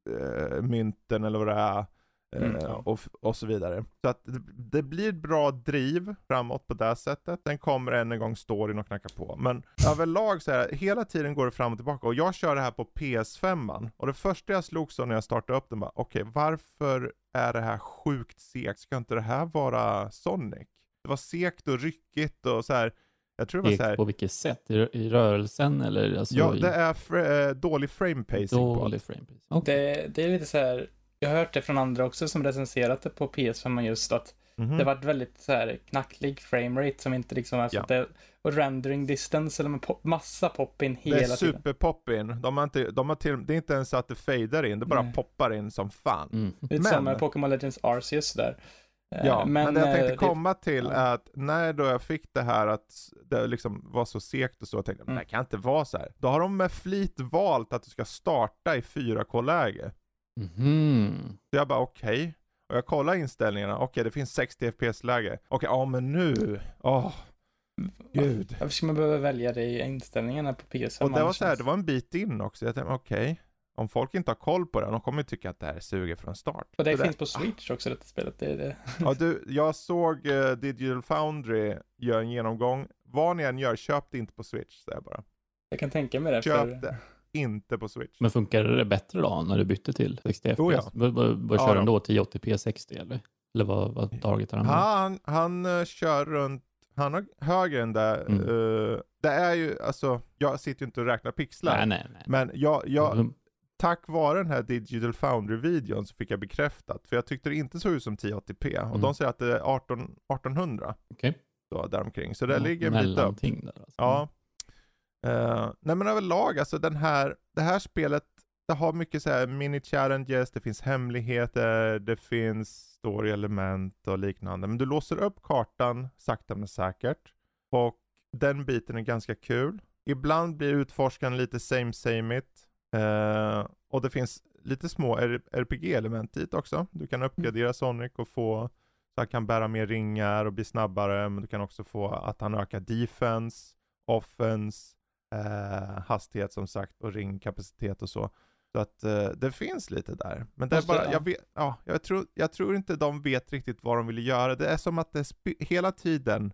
S1: mynten eller vad det är. Och så vidare. Så att det blir bra driv framåt på det sättet. Sen kommer en gång storyn och knackar på. Men överlag så här, hela tiden går det fram och tillbaka. Och jag kör det här på PS5. Och det första jag slog så när jag startade upp den var, okej, varför är det här sjukt segt? Ska inte det här vara Sonic? Det var segt och ryckigt och så här. Jag tror det var så här.
S2: På vilket sätt? I rörelsen eller? Alltså
S1: ja, det är dålig frame pacing.
S2: Dålig frame pacing. Okay.
S3: Det är lite så här. Jag har hört det från andra också som recenserat det på PS5 just att det varit väldigt så här knacklig framerate som inte liksom är så att det, och rendering distance eller med massa pop-in hela tiden. Det är
S1: super-pop-in. Det är inte ens så att det fader in, det bara poppar in som fan.
S3: Lite som med Pokémon Legends Arceus där.
S1: Ja, men det jag tänkte komma till är att när då jag fick det här att det liksom var så segt och så, jag tänkte men det kan inte vara så här. Då har de med flit valt att du ska starta i 4K-läge. Så jag bara okej. Och jag kollar inställningarna. Okej, det finns 60 FPS-läge. Okej, ja men nu. Gud.
S3: Varför ska man behöva välja det i inställningarna på PS5?
S1: Och det var så här, det var en bit in också. Jag tänkte, okej. Om folk inte har koll på det, de kommer ju tycka att det här suger från start.
S3: Och det finns på Switch också, detta spelet. Det är det.
S1: Ja, jag såg Digital Foundry göra en genomgång. Vad ni än gör, köp det inte på Switch, säger jag bara.
S3: Jag kan tänka mig det.
S1: Köp det inte på Switch.
S2: Men funkar det bättre då när du bytte till 60 FPS?
S1: Ja.
S2: Vad kör han då? 1080p 60 eller? Eller vad targetar han?
S1: Han kör runt, han har högre än det. Det är ju, alltså, jag sitter ju inte och räknar pixlar.
S2: Nej.
S1: Men jag tack vare den här Digital Foundry-videon så fick jag bekräftat. För jag tyckte det inte såg ut som 1080p. Och de säger att det är 1800.
S2: Okej.
S1: Så däromkring. Så det ligger en bit upp.
S2: Där, alltså.
S1: Ja. Nej men överlag, alltså det här spelet, det har mycket så här mini-challenges, det finns hemligheter, det finns story-element och liknande. Men du låser upp kartan sakta men säkert. Och den biten är ganska kul. Ibland blir utforskaren lite same-it. Och det finns lite små RPG-element dit också. Du kan uppgradera Sonic och få så han kan bära mer ringar och bli snabbare. Men du kan också få att han ökar defense, offense, hastighet som sagt och ringkapacitet och så. Så att det finns lite där. Men det är bara, jag tror inte de vet riktigt vad de vill göra. Det är som att det hela tiden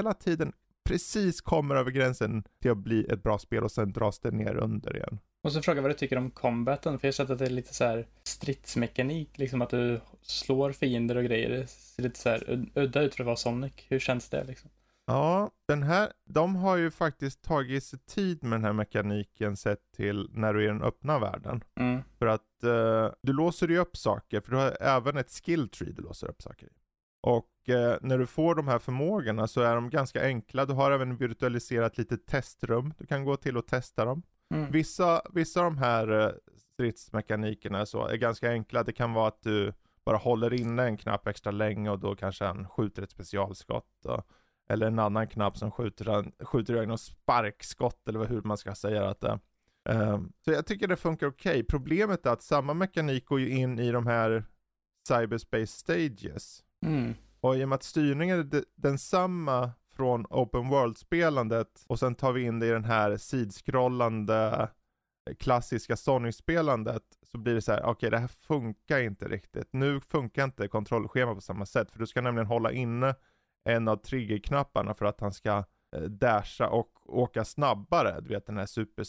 S1: precis kommer över gränsen till att bli ett bra spel och sen dras det ner under igen.
S3: Och så fråga vad du tycker om combaten, för jag har sett att det är lite så här stridsmekanik, liksom att du slår fiender och grejer. Det ser lite så här udda ut för att vara Sonic. Hur känns det liksom?
S1: Ja, de har ju faktiskt tagit sig tid med den här mekaniken sett till när du är i den öppna världen. För att du låser ju upp saker, för du har även ett skill tree du låser upp saker i. Och när du får de här förmågorna så är de ganska enkla. Du har även virtualiserat lite testrum. Du kan gå till och testa dem. Vissa av de här stridsmekanikerna så är ganska enkla. Det kan vara att du bara håller inne en knapp extra länge och då kanske han skjuter ett specialskott. Eller en annan knapp som skjuter iväg något sparkskott eller hur man ska säga att det. Så jag tycker det funkar okej. Problemet är att samma mekanik går ju in i de här cyberspace stages. Och i och med att styrningen är densamma från open world-spelandet och sen tar vi in det i den här sidskrollande klassiska Sonic-spelandet så blir det så här, okej, det här funkar inte riktigt. Nu funkar inte kontrollschema på samma sätt, för du ska nämligen hålla inne en av triggerknapparna för att han ska dasha och åka snabbare. Du vet den här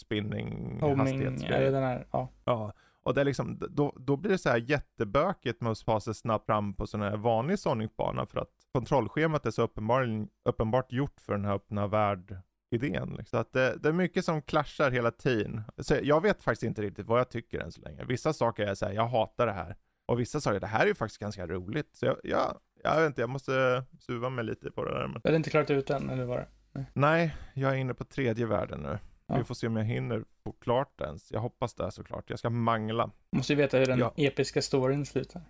S1: superspinning-hastighetsgrejen. Ja. Och det är liksom, då blir det så här jättebökigt med att ta sig snabbt fram på sån här vanlig Sonic-bana för att kontrollschemat är så uppenbart gjort för den här öppna värld-idén. Liksom. Så att det är mycket som clashar hela tiden. Så jag vet faktiskt inte riktigt vad jag tycker än så länge. Vissa saker är så här, jag hatar det här. Och vissa saker, det här är ju faktiskt ganska roligt. Så jag vet inte, jag måste suva mig lite på det där. Men...
S3: Är det inte klart ut än, eller var det?
S1: Nej, jag är inne på 3:e världen nu. Vi får se om jag hinner få klart ens. Jag hoppas det är såklart. Jag ska mangla.
S3: Måste ju veta hur den episka storyn slutar.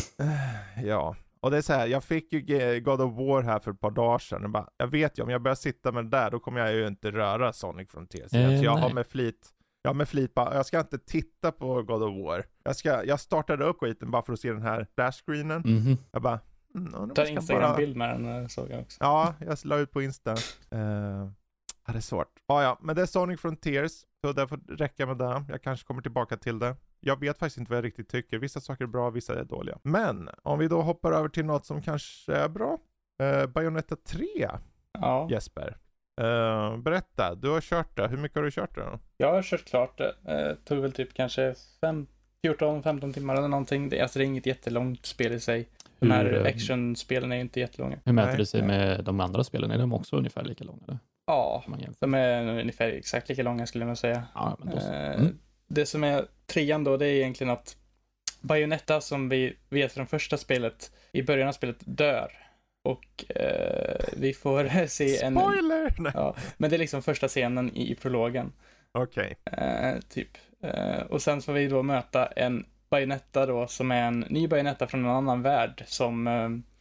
S1: Ja. Och det är så här, jag fick ju God of War här för ett par dagar sedan. Jag vet ju, om jag börjar sitta med det där, då kommer jag ju inte röra Sonic Frontiers. Så jag har med flit bara, jag ska inte titta på God of War. Jag startade upp skiten bara för att se den här dashscreenen. Jag bara...
S3: Ta Instagram-bild med den, såg jag också.
S1: Ja, jag la ut på Insta. Det är svårt. Ja, men det är Sonic Frontiers. Så det får räcka med det. Jag kanske kommer tillbaka till det. Jag vet faktiskt inte vad jag riktigt tycker. Vissa saker är bra, vissa är dåliga. Men om vi då hoppar över till något som kanske är bra. Bayonetta 3. Ja. Jesper. Berätta, du har kört det. Hur mycket har du kört det då?
S3: Jag har kört klart det. Tog väl typ kanske 14-15 timmar eller någonting. Det är inget jättelångt spel i sig. De här actionspelen är ju inte jättelånga.
S2: Hur mäter det sig med de andra spelen? Är de också ungefär lika långa? Eller?
S3: Ja, de är ungefär exakt lika långa skulle man säga.
S2: Ja, men
S3: det som är 3:an då, det är egentligen att Bayonetta, som vi vet från första spelet, i början av spelet dör. Och vi får se en...
S1: Spoiler!
S3: Ja, men det är liksom första scenen i prologen.
S1: Okej.
S3: Typ. Och sen får vi då möta en Bayonetta då, som är en ny Bayonetta från en annan värld som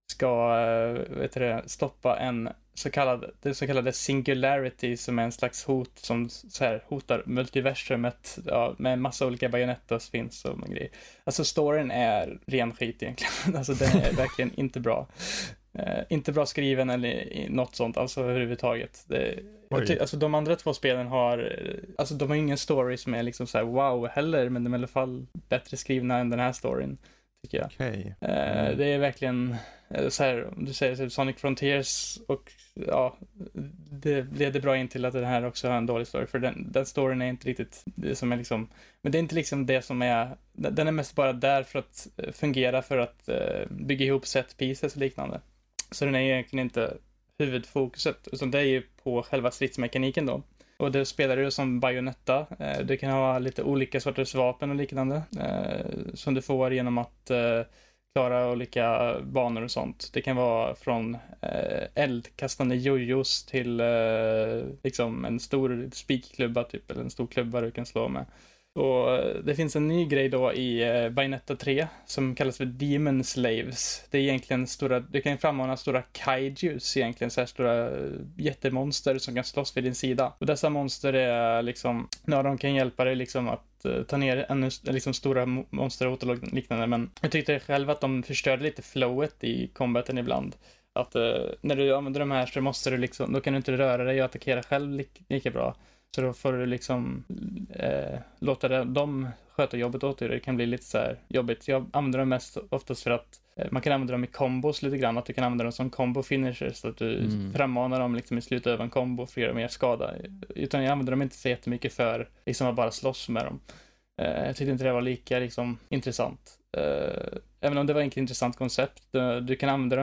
S3: ska stoppa det så kallade singularity, som är en slags hot som så här hotar multiversumet, med en massa olika Bayonettas finns och grejer. Alltså storyn är ren skit egentligen. Alltså den är verkligen inte bra. Inte bra skriven eller något sånt, alltså överhuvudtaget. Alltså de andra 2 spelen alltså de har ingen story som är liksom så här wow heller, men de är i alla fall bättre skrivna än den här storyn, tycker jag.
S1: Okay.
S3: Det är verkligen så här, om du säger så, Sonic Frontiers, och ja, det leder bra in till att den här också har en dålig story, för den storyn är inte riktigt det som är liksom, men det är inte liksom det som är, den är mest bara där för att fungera, för att bygga ihop set pieces och liknande. Så den är egentligen inte huvudfokuset, utan det är ju på själva stridsmekaniken då. Och det spelar ju som Bayonetta. Du kan ha lite olika sorters vapen och liknande som du får genom att klara olika banor och sånt. Det kan vara från eldkastande jojos till liksom en stor spikklubba typ, eller en stor klubba du kan slå med. Och det finns en ny grej då i Bayonetta 3 som kallas för Demon Slaves. Det är egentligen du kan framhålla stora kaijus, egentligen så här stora jättemonster som kan slåss vid din sida. Och dessa monster är liksom, de kan hjälpa dig liksom att ta ner ännu liksom stora monsterhot och liknande, men jag tyckte själv att de förstörde lite flowet i combaten ibland. Att när du använder de här så måste du liksom, då kan du inte röra dig och attackera själv lika bra. Så då får du liksom låta dem sköta jobbet åt dig. Det kan bli lite så här jobbigt. Jag använder dem mest oftast för att man kan använda dem i kombos lite grann. Att du kan använda dem som combo finishers, så att du frammanar dem liksom i slutet av en combo för att göra mer skada. Utan jag använder dem inte så jättemycket för liksom att bara slåss med dem. Jag tyckte inte det var lika liksom intressant. Även om det var ett intressant koncept. Du kan använda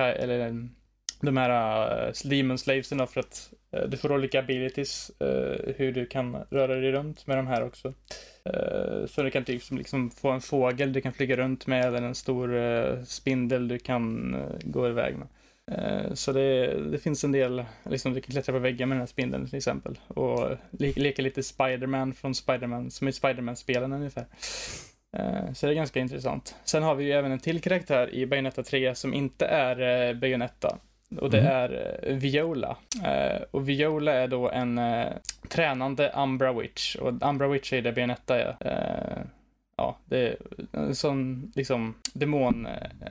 S3: de här Demon Slavesen för att du får olika abilities hur du kan röra dig runt med de här också. Så du kan typ liksom få en fågel du kan flyga runt med, eller en stor spindel du kan gå iväg med. Så det finns en del, liksom du kan klättra på väggar med den här spindeln till exempel. Och leka lite Spider-Man från Spider-Man, som är Spider-Man-spelen ungefär. Så det är ganska intressant. Sen har vi ju även en till karaktär i Bayonetta 3 som inte är Bayonetta. Och det är Viola. Och Viola är då en tränande Umbra Witch. Och Umbra Witch är det Bayonetta är. Ja, det är en sån liksom demon,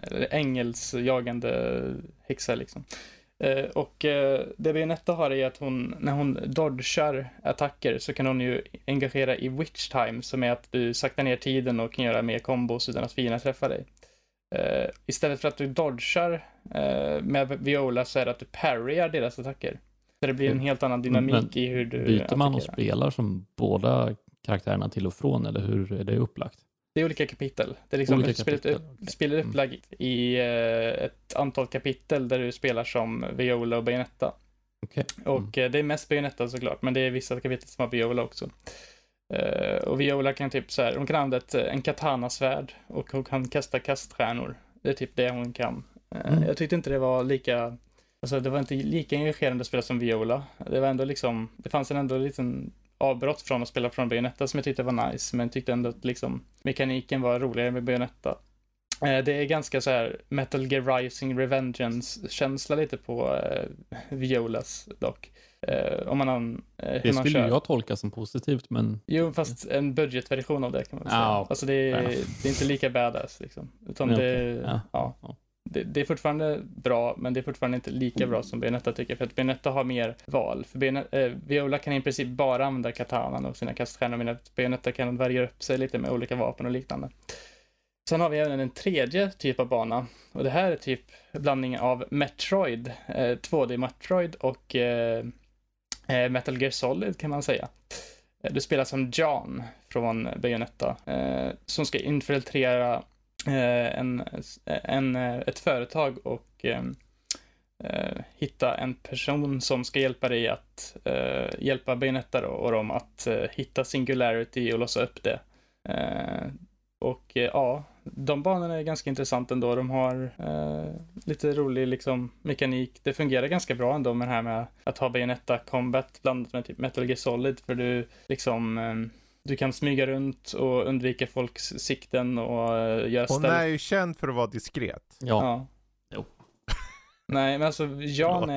S3: ängelsjagande häxa liksom. Och det Bayonetta har är att när hon dodgar attacker så kan hon ju engagera i Witch Time, som är att du saktar ner tiden och kan göra mer kombos utan att fienden träffar dig. Istället för att du dodgar med Viola så är det att du parryar deras attacker. Så det blir en helt annan dynamik i hur du
S2: byter man och spelar som båda karaktärerna till och från, eller hur är det upplagt?
S3: Det är olika kapitel. Det är liksom spelet upplagt i ett antal kapitel där du spelar som Viola och Bayonetta.
S2: Okay.
S3: Och det är mest Bayonetta såklart, men det är vissa kapitel som har Viola också. Och Viola kan typ så här, hon kan använda en katanasvärd och hon kan kasta kaststjärnor. Det är typ det hon kan. Jag tyckte inte det var lika, alltså det var inte lika engagerande att spela som Viola. Det var ändå liksom, det fanns ändå en liten avbrott från att spela från Bayonetta som jag tyckte var nice, men tyckte ändå att liksom mekaniken var roligare med Bayonetta. Det är ganska så här Metal Gear Rising Revengeance-känsla lite på Violas dock. Om man
S2: det skulle jag tolka som positivt, men...
S3: Jo, fast en budgetversion av det kan man säga. Okay. Alltså det är inte lika badass liksom. Utan det är fortfarande bra, men det är fortfarande inte lika bra som Bayonetta tycker jag. För att Bayonetta har mer val. För Viola kan i princip bara använda katanan och sina kaststjärnor, men Bayonetta kan variera upp sig lite med olika vapen och liknande. Sen har vi även en tredje typ av bana. Och det här är typ blandning av Metroid, 2D Metroid och Metal Gear Solid kan man säga. Du spelar som John från Bayonetta som ska infiltrera ett företag och hitta en person som ska hjälpa dig att hjälpa Bayonetta och dem att hitta Singularity och låsa upp det. Och de banorna är ganska intressanta ändå. De har lite rolig liksom mekanik. Det fungerar ganska bra ändå med det här med att ha Bayonetta Combat blandat med typ Metal Gear Solid, för du liksom du kan smyga runt och undvika folks sikten och göra
S1: Hon är ju känd för att vara diskret.
S2: Ja.
S3: Nej, men alltså Jan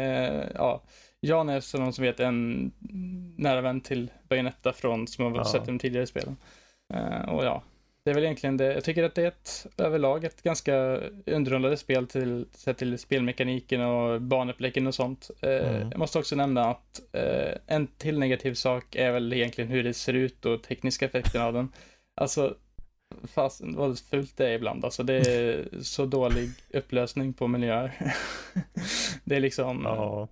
S3: är som någon som vet en nära vän till Bayonetta från som har sett de tidigare spelen. Och ja, det är väl egentligen det. Jag tycker att det är överlag ett ganska underhållande spel sett till spelmekaniken och banuppläggen och sånt. Jag måste också nämna att en till negativ sak är väl egentligen hur det ser ut och tekniska effekten av den. Alltså, fast vad fult det är ibland. Alltså, det är så dålig upplösning på miljöer. Det är liksom...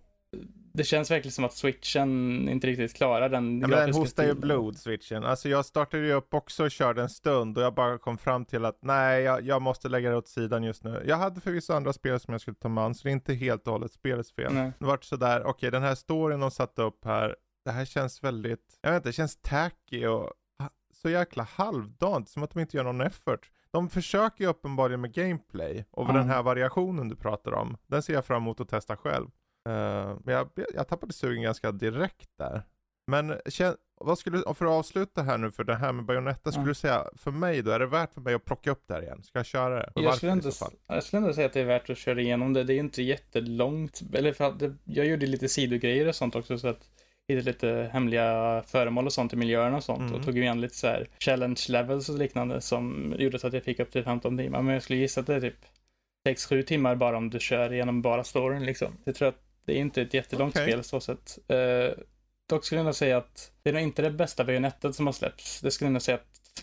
S3: Det känns verkligen som att switchen inte riktigt klarar den
S1: grafiska stilen. Den hostar ju blod-switchen. Alltså jag startade ju upp också och körde en stund och jag bara kom fram till att nej, jag måste lägga det åt sidan just nu. Jag hade förvisso andra spel som jag skulle ta med, så det är inte helt och hållet spelets fel. Det var sådär, okej, den här storyn de satte upp här, det här känns väldigt, jag vet inte, det känns tacky och så jäkla halvdant, som att de inte gör någon effort. De försöker ju uppenbarligen med gameplay och den här variationen du pratar om, den ser jag fram emot att testa själv. Men jag tappade sugen ganska direkt där. Men vad för att avsluta här nu för det här med Bayonetta, skulle du säga för mig då, är det värt för mig att plocka upp där igen? Ska jag köra det?
S3: Jag skulle ändå säga att det är värt att köra igenom det. Det är ju inte jättelångt, eller för att jag gjorde lite sidogrejer och sånt också, så att hittade lite hemliga föremål och sånt i miljöerna och sånt och tog igen lite så här challenge levels och liknande som gjorde så att jag fick upp till 15 timmar. Men jag skulle gissa att det är typ 6-7 timmar bara om du kör igenom bara storyn liksom. Jag tror att det är inte ett jättelångt spel så sett. Dock skulle jag nog säga att det är nog inte det bästa Bayonettet som har släppts. Det skulle jag nog säga att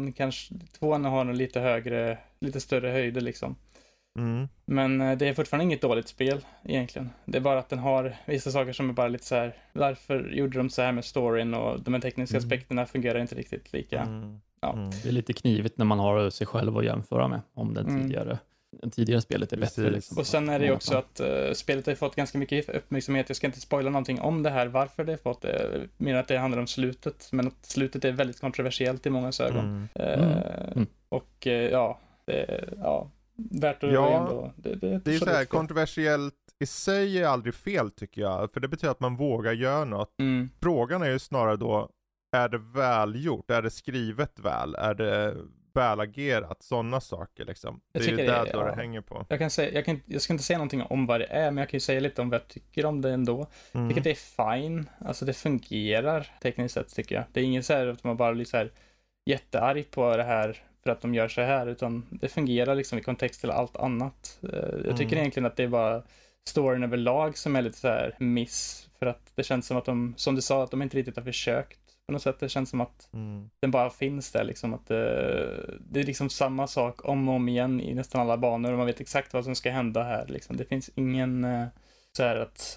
S3: tvåan har nog lite större höjder liksom. Men det är fortfarande inget dåligt spel egentligen. Det är bara att den har vissa saker som är bara lite så här, varför gjorde de så här med storyn och de tekniska aspekterna fungerar inte riktigt lika.
S2: Det är lite knivigt när man har sig själv att jämföra med om den tidigare spelet är bättre. Liksom.
S3: Och sen är det ju också att spelet har fått ganska mycket uppmärksamhet. Jag ska inte spoila någonting om det här, varför det har fått det. Mer att det handlar om slutet, men att slutet är väldigt kontroversiellt i många ögon. Och värt att ändå.
S1: Det är så här, kontroversiellt i sig är aldrig fel tycker jag, för det betyder att man vågar göra något. Frågan är ju snarare då, är det välgjort? Är det skrivet väl? Är det välagerat? Sådana saker liksom. Det är ju där det hänger på.
S3: Jag ska inte säga någonting om vad det är, men jag kan ju säga lite om vad jag tycker om det ändå. Jag tycker att det är fine. Alltså det fungerar tekniskt sett tycker jag. Det är ingen så här att man bara blir så här jättearg på det här för att de gör så här, utan det fungerar liksom i kontext till allt annat. Jag tycker egentligen att det är bara storyn överlag som är lite så här miss, för att det känns som att de, som du sa, att de inte riktigt har försökt på något sätt. Det känns som att den bara finns där liksom, att det är liksom samma sak om och om igen i nästan alla banor och man vet exakt vad som ska hända här liksom. Det finns ingen så här att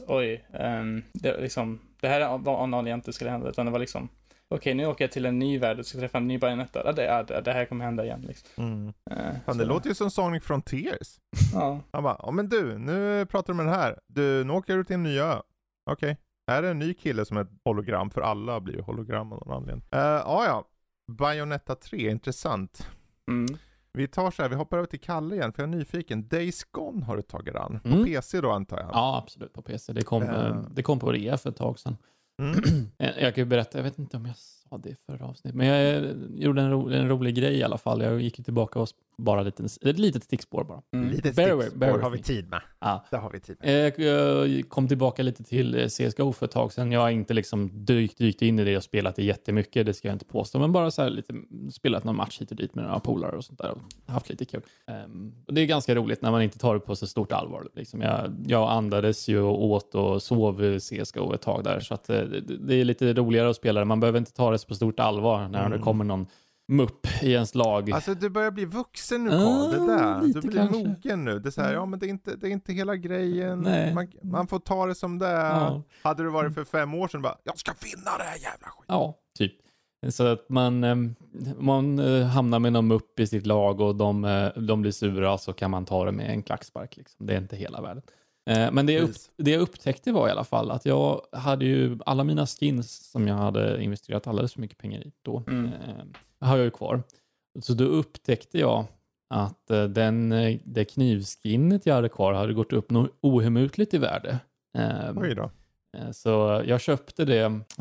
S3: det här var annan inte skulle hända, utan det var liksom okej, nu åker jag till en ny värld och ska träffa en ny Bayonetta. Det här kommer hända igen liksom.
S1: Det låter ju som Sonic Frontiers. Han bara, men du, nu pratar du med den här. Nu åker du till en ny ö. Okej. Här är en ny kille som är ett hologram, för alla blir ju hologram av någon anledning. Bayonetta 3, intressant. Vi tar så här, vi hoppar över till Kalle igen, för jag är nyfiken. Days Gone har du tagit an. På PC då antar jag.
S2: Ja, absolut på PC. Det kom på rea för ett tag sedan. Jag kan ju berätta, jag vet inte om jag sa det förra avsnittet, men jag gjorde en rolig grej i alla fall. Jag gick tillbaka och bara ett litet stickspår bara.
S1: Litet stickspår har vi tid med.
S2: Ja.
S1: Det har vi tid med.
S2: Jag kom tillbaka lite till CSGO för ett tag sedan. Jag har inte liksom dykt in i det och spelat det jättemycket, det ska jag inte påstå, men bara så här lite spelat någon match hit och dit med några polare och sånt där och haft lite kul. Och det är ganska roligt när man inte tar det på så stort allvar. Liksom. Jag andades ju och åt och sov CSGO ett tag där, så att det är lite roligare att spela. Man behöver inte ta det på stort allvar när det kommer någon mupp i ens lag.
S1: Alltså du börjar bli vuxen nu, Carl, det där. Du blir mogen nu. Det är så här, men det är inte hela grejen. Man får ta det som det är. Ja. Hade du varit för 5 år sedan bara, jag ska finna det här jävla skit.
S2: Ja, typ. Så att man hamnar med någon mupp i sitt lag och de blir sura, så kan man ta det med en klackspark. Liksom. Det är inte hela världen. Men det jag upptäckte var i alla fall att jag hade ju alla mina skins som jag hade investerat alldeles för mycket pengar i då. Har jag ju kvar. Så då upptäckte jag att det knivskinnet jag hade kvar hade gått upp något ohemutligt i värde.
S1: Oj då.
S2: Så jag köpte det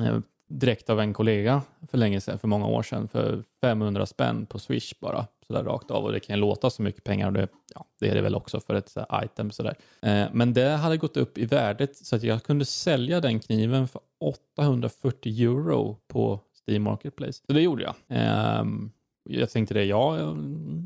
S2: direkt av en kollega för länge sedan, för många år sedan, för 500 spänn på Swish bara, sådär rakt av. Och det kan låta så mycket pengar, och det är det väl också för ett så här item sådär. Men det hade gått upp i värdet så att jag kunde sälja den kniven för 840 euro på Steam Marketplace. Så det gjorde jag. Jag tänkte det,
S1: ja.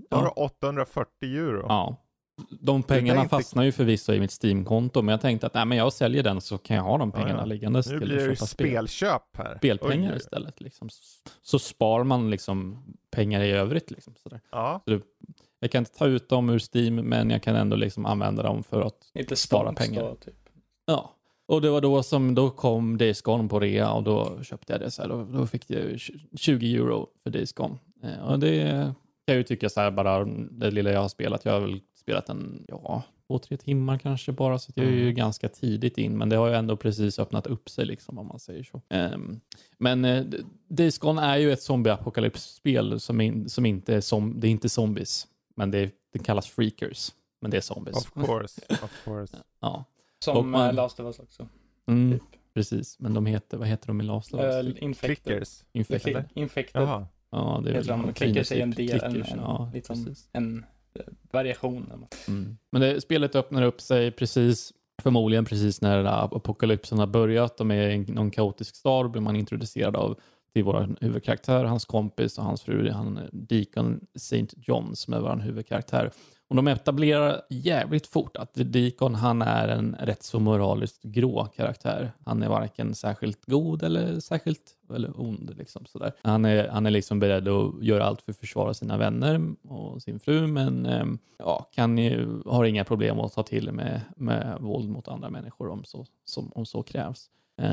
S1: 840 euro?
S2: Ja. De pengarna fastnar ju förvisso i mitt Steam-konto, men jag tänkte att men jag säljer den så kan jag ha de pengarna liggandes
S1: till att köpa spel. Nu blir det spelköp här.
S2: Spelpengar istället. Liksom. Så spar man liksom pengar i övrigt. Liksom, sådär.
S1: Ja.
S2: Så jag kan inte ta ut dem ur Steam, men jag kan ändå liksom använda dem för att
S3: inte
S2: spara pengar.
S3: Då, typ.
S2: Ja. Och det var då kom Days Gone på rea, och då köpte jag det så här. Då fick jag 20 euro för Days Gone. Och det kan jag ju tycka så här, bara det lilla jag har spelat. Jag har väl spelat en 2-3 timmar kanske bara, så jag är ju ganska tidigt in, men det har ju ändå precis öppnat upp sig liksom, om man säger så. Men Days Gone är ju ett zombie-apokalypsspel som inte är det är inte zombies, men det kallas freakers, men det är zombies.
S1: Of course.
S2: Ja.
S3: Som Last of Us också.
S2: Typ. Precis, men vad heter de i Last of Us?
S3: Infected.
S2: Jaha. Ja, det är väl
S3: Clickers är en del, en variation.
S2: Men spelet öppnar upp sig förmodligen precis när apokalypsen har börjat. De är i någon kaotisk stad, blir man introducerad till vår huvudkaraktär, hans kompis och hans fru, han Deacon St. John, som är vår huvudkaraktär. Och de etablerar jävligt fort att Deacon, han är en rätt så moraliskt grå karaktär. Han är varken särskilt god eller ond. Liksom, sådär. Han är liksom beredd att göra allt för att försvara sina vänner och sin fru, men har inga problem att ta till med våld mot andra människor om så krävs.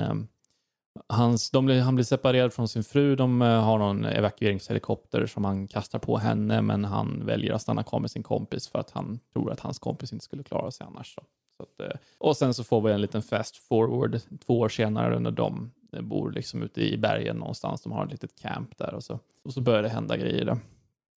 S2: Han blir separerad från sin fru. De har någon evakueringshelikopter som han kastar på henne, men han väljer att stanna kvar med sin kompis för att han tror att hans kompis inte skulle klara sig annars. Och sen så får vi en liten fast forward 2 år senare, när de bor liksom ute i bergen någonstans. De har ett litet camp där, och så börjar det hända grejer där.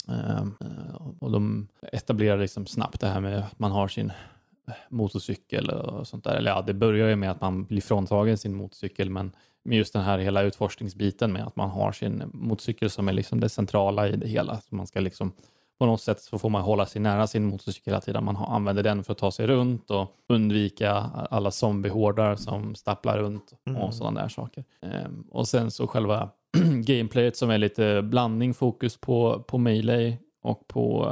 S2: Och de etablerar liksom snabbt det här med att man har sin motorcykel och sånt där. Eller det börjar ju med att man blir fråntagen sin motorcykel, men med just den här hela utforskningsbiten med att man har sin motorcykel som är liksom det centrala i det hela. Så man ska liksom, på något sätt så får man hålla sig nära sin motorcykel hela tiden. Man använder den för att ta sig runt och undvika alla zombiehordar som stapplar runt och sådana där saker. Och sen så själva gameplayet som är lite blandning, fokus på melee och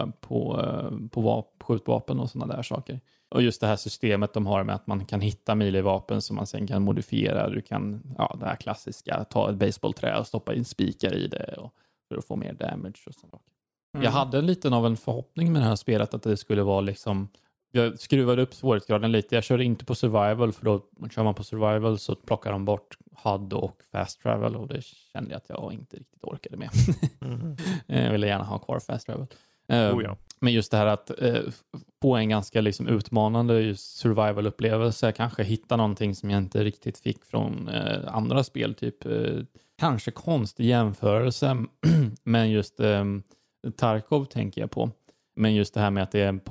S2: på skjutvapen och sådana där saker. Och just det här systemet de har med att man kan hitta melee-vapen som man sen kan modifiera. Du kan, det här klassiska, ta ett baseballträ och stoppa in spikar i det för att få mer damage och sånt. Jag hade lite av en förhoppning med det här spelet att det skulle vara liksom, jag skruvade upp svårighetsgraden lite. Jag körde inte på survival, för då kör man på survival så plockar de bort HUD och fast travel, och det kände jag att jag inte riktigt orkade med. Jag ville gärna ha kvar fast travel. Men just det här att få en ganska liksom utmanande survival-upplevelse, kanske hitta någonting som jag inte riktigt fick från andra spel, typ kanske konstig jämförelse, men just Tarkov tänker jag på. Men just det här med att det är en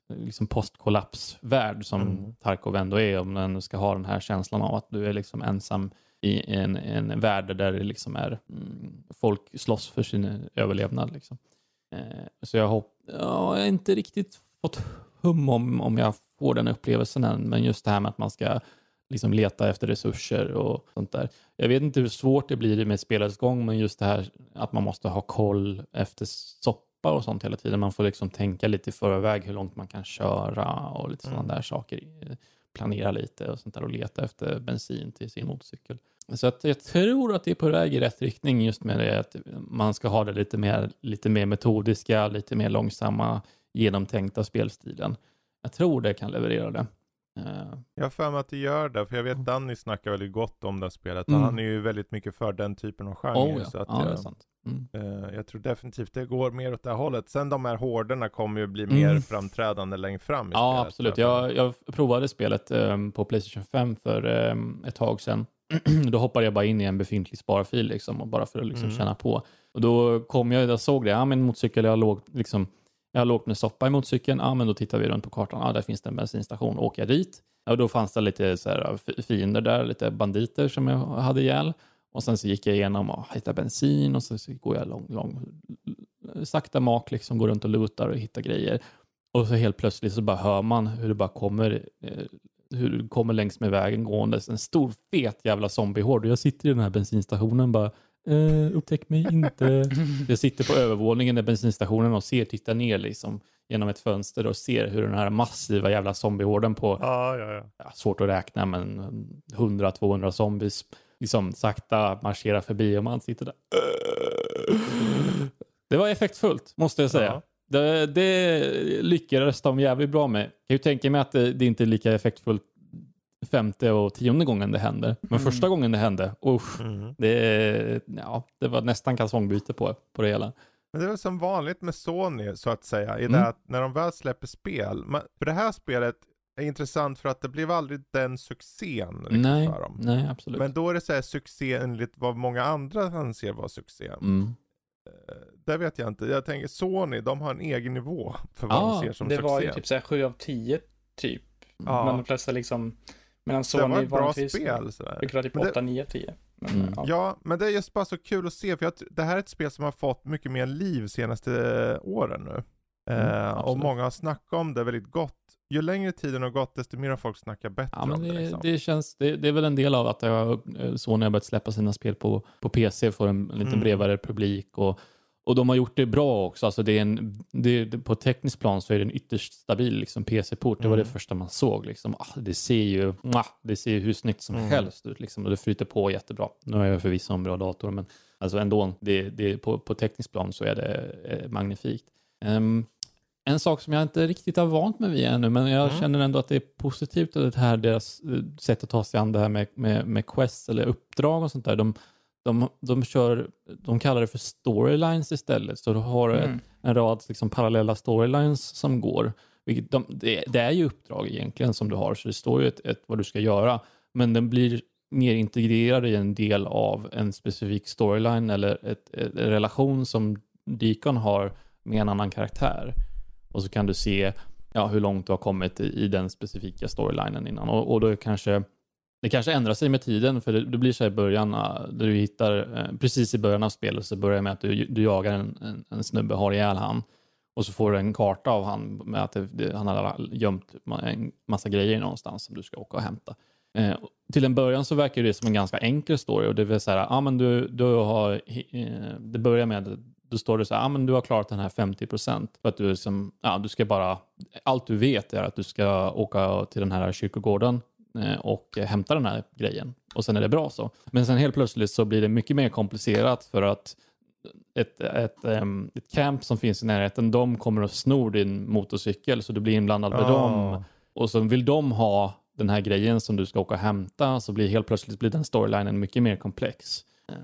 S2: postkollapsvärld som Tarkov ändå är, om den ska ha den här känslan av att du är liksom ensam i en värld där det liksom är folk slåss för sin överlevnad liksom. Så jag har inte riktigt fått hum om jag får den upplevelsen än, men just det här med att man ska liksom leta efter resurser och sånt där. Jag vet inte hur svårt det blir med spelets gång, men just det här att man måste ha koll efter soppa och sånt hela tiden. Man får liksom tänka lite i förväg hur långt man kan köra och lite sådana där saker. Planera lite och sånt där och leta efter bensin till sin motorcykel. Så att jag tror att det är på väg i rätt riktning, just med det att man ska ha det lite mer metodiska, lite mer långsamma, genomtänkta spelstilen. Jag tror det kan leverera det.
S1: Jag har för mig att det gör det, för jag vet Danny snackar väldigt gott om det här spelet. Han är ju väldigt mycket för den typen av genre. Så att,
S2: det är sant.
S1: Jag tror definitivt det går mer åt det här hållet. Sen de här horderna kommer ju bli mer framträdande längre fram i spelet.
S2: Ja, absolut. Jag provade spelet på PlayStation 5 för ett tag sedan. Då hoppade jag bara in i en befintlig sparfil liksom, och bara för att liksom känna på. Och då kom jag såg det. Min motorcykel, jag har lågt med soppa i motorcykeln. Men då tittar vi runt på kartan. Där finns det en bensinstation. Åker jag dit. Och då fanns det lite så här fiender där. Lite banditer som jag hade ihjäl. Och sen så gick jag igenom och hittade bensin och så går jag sakta mak liksom, går runt och lutar och hittar grejer. Och så helt plötsligt så bara hör man hur det bara kommer hur det kommer längs med vägen gåendes en stor fet jävla zombiehord. Och jag sitter i den här bensinstationen bara upptäck mig inte. Jag sitter på övervåningen i bensinstationen och tittar ner liksom genom ett fönster och ser hur den här massiva jävla zombiehorden på svårt att räkna, men 100-200 zombies liksom sakta marscherar förbi och man sitter där. Det var effektfullt, måste jag säga. Det lyckades de jävligt bra med. Jag kan ju tänka mig att det inte är lika effektfullt 5:e och 10:e gången det händer. Men första gången det hände, det var nästan kalsongbyte på det hela.
S1: Men det är väl som vanligt med Sony, så att säga, i det att när de väl släpper spel, för det här spelet är intressant för att det blev aldrig den succén för dem.
S2: Nej, absolut.
S1: Men då är det så här succé enligt vad många andra anser vara succé. Det vet jag inte. Jag tänker Sony, de har en egen nivå för vad de ser som succé.
S3: Det var ju typ så här 7 av 10 typ. Men de flesta liksom, medan Sony
S1: var ett bra spel
S3: brukar typ 8, 9, 10.
S1: Men det är just bara så kul att se, för det här är ett spel som har fått mycket mer liv senaste åren nu. Och många har snackat om det väldigt gott. Ju längre tiden har gått, desto mer har folk snackar bättre om det. Liksom.
S2: Det är väl en del av att Sony har börjat släppa sina spel på PC för en lite bredare publik. Och de har gjort det bra också. Alltså på tekniskt plan så är det en ytterst stabil liksom, PC-port. Det var det första man såg. Liksom. Det ser ju hur snyggt som helst ut. Liksom, och det flyter på jättebra. Nu har jag förvisso en bra dator, men alltså ändå, på tekniskt plan så är det magnifikt. En sak som jag inte riktigt har vant mig vid ännu, men jag känner ändå att det är positivt att det här deras sätt att ta sig an det här med quests eller uppdrag och sånt där. De kallar det för storylines istället. Så du har en rad liksom parallella storylines som går. Det är ju uppdrag egentligen som du har. Så det står ju vad du ska göra. Men den blir mer integrerad i en del av en specifik storyline eller en relation som Deacon har med en annan karaktär. Och så kan du se hur långt du har kommit i den specifika storylinen innan. Och då det kanske ändrar sig med tiden, för det blir så här i början där du hittar, precis i början av spelet så börjar det med att du jagar en snubbe, har ihjäl han. Och så får du en karta av han med att han har gömt en massa grejer någonstans som du ska åka och hämta. Till en början så verkar det som en ganska enkel story, och det vill säga, men du har, det börjar med, då står det så här, men du har klarat den här 50%. För att du liksom, du ska bara, allt du vet är att du ska åka till den här kyrkogården och hämta den här grejen. Och sen är det bra så. Men sen helt plötsligt så blir det mycket mer komplicerat, för att ett camp som finns i närheten, de kommer att snor din motorcykel, så du blir inblandad med dem. Och så vill de ha den här grejen som du ska åka och hämta, så blir helt plötsligt den storylinen mycket mer komplex.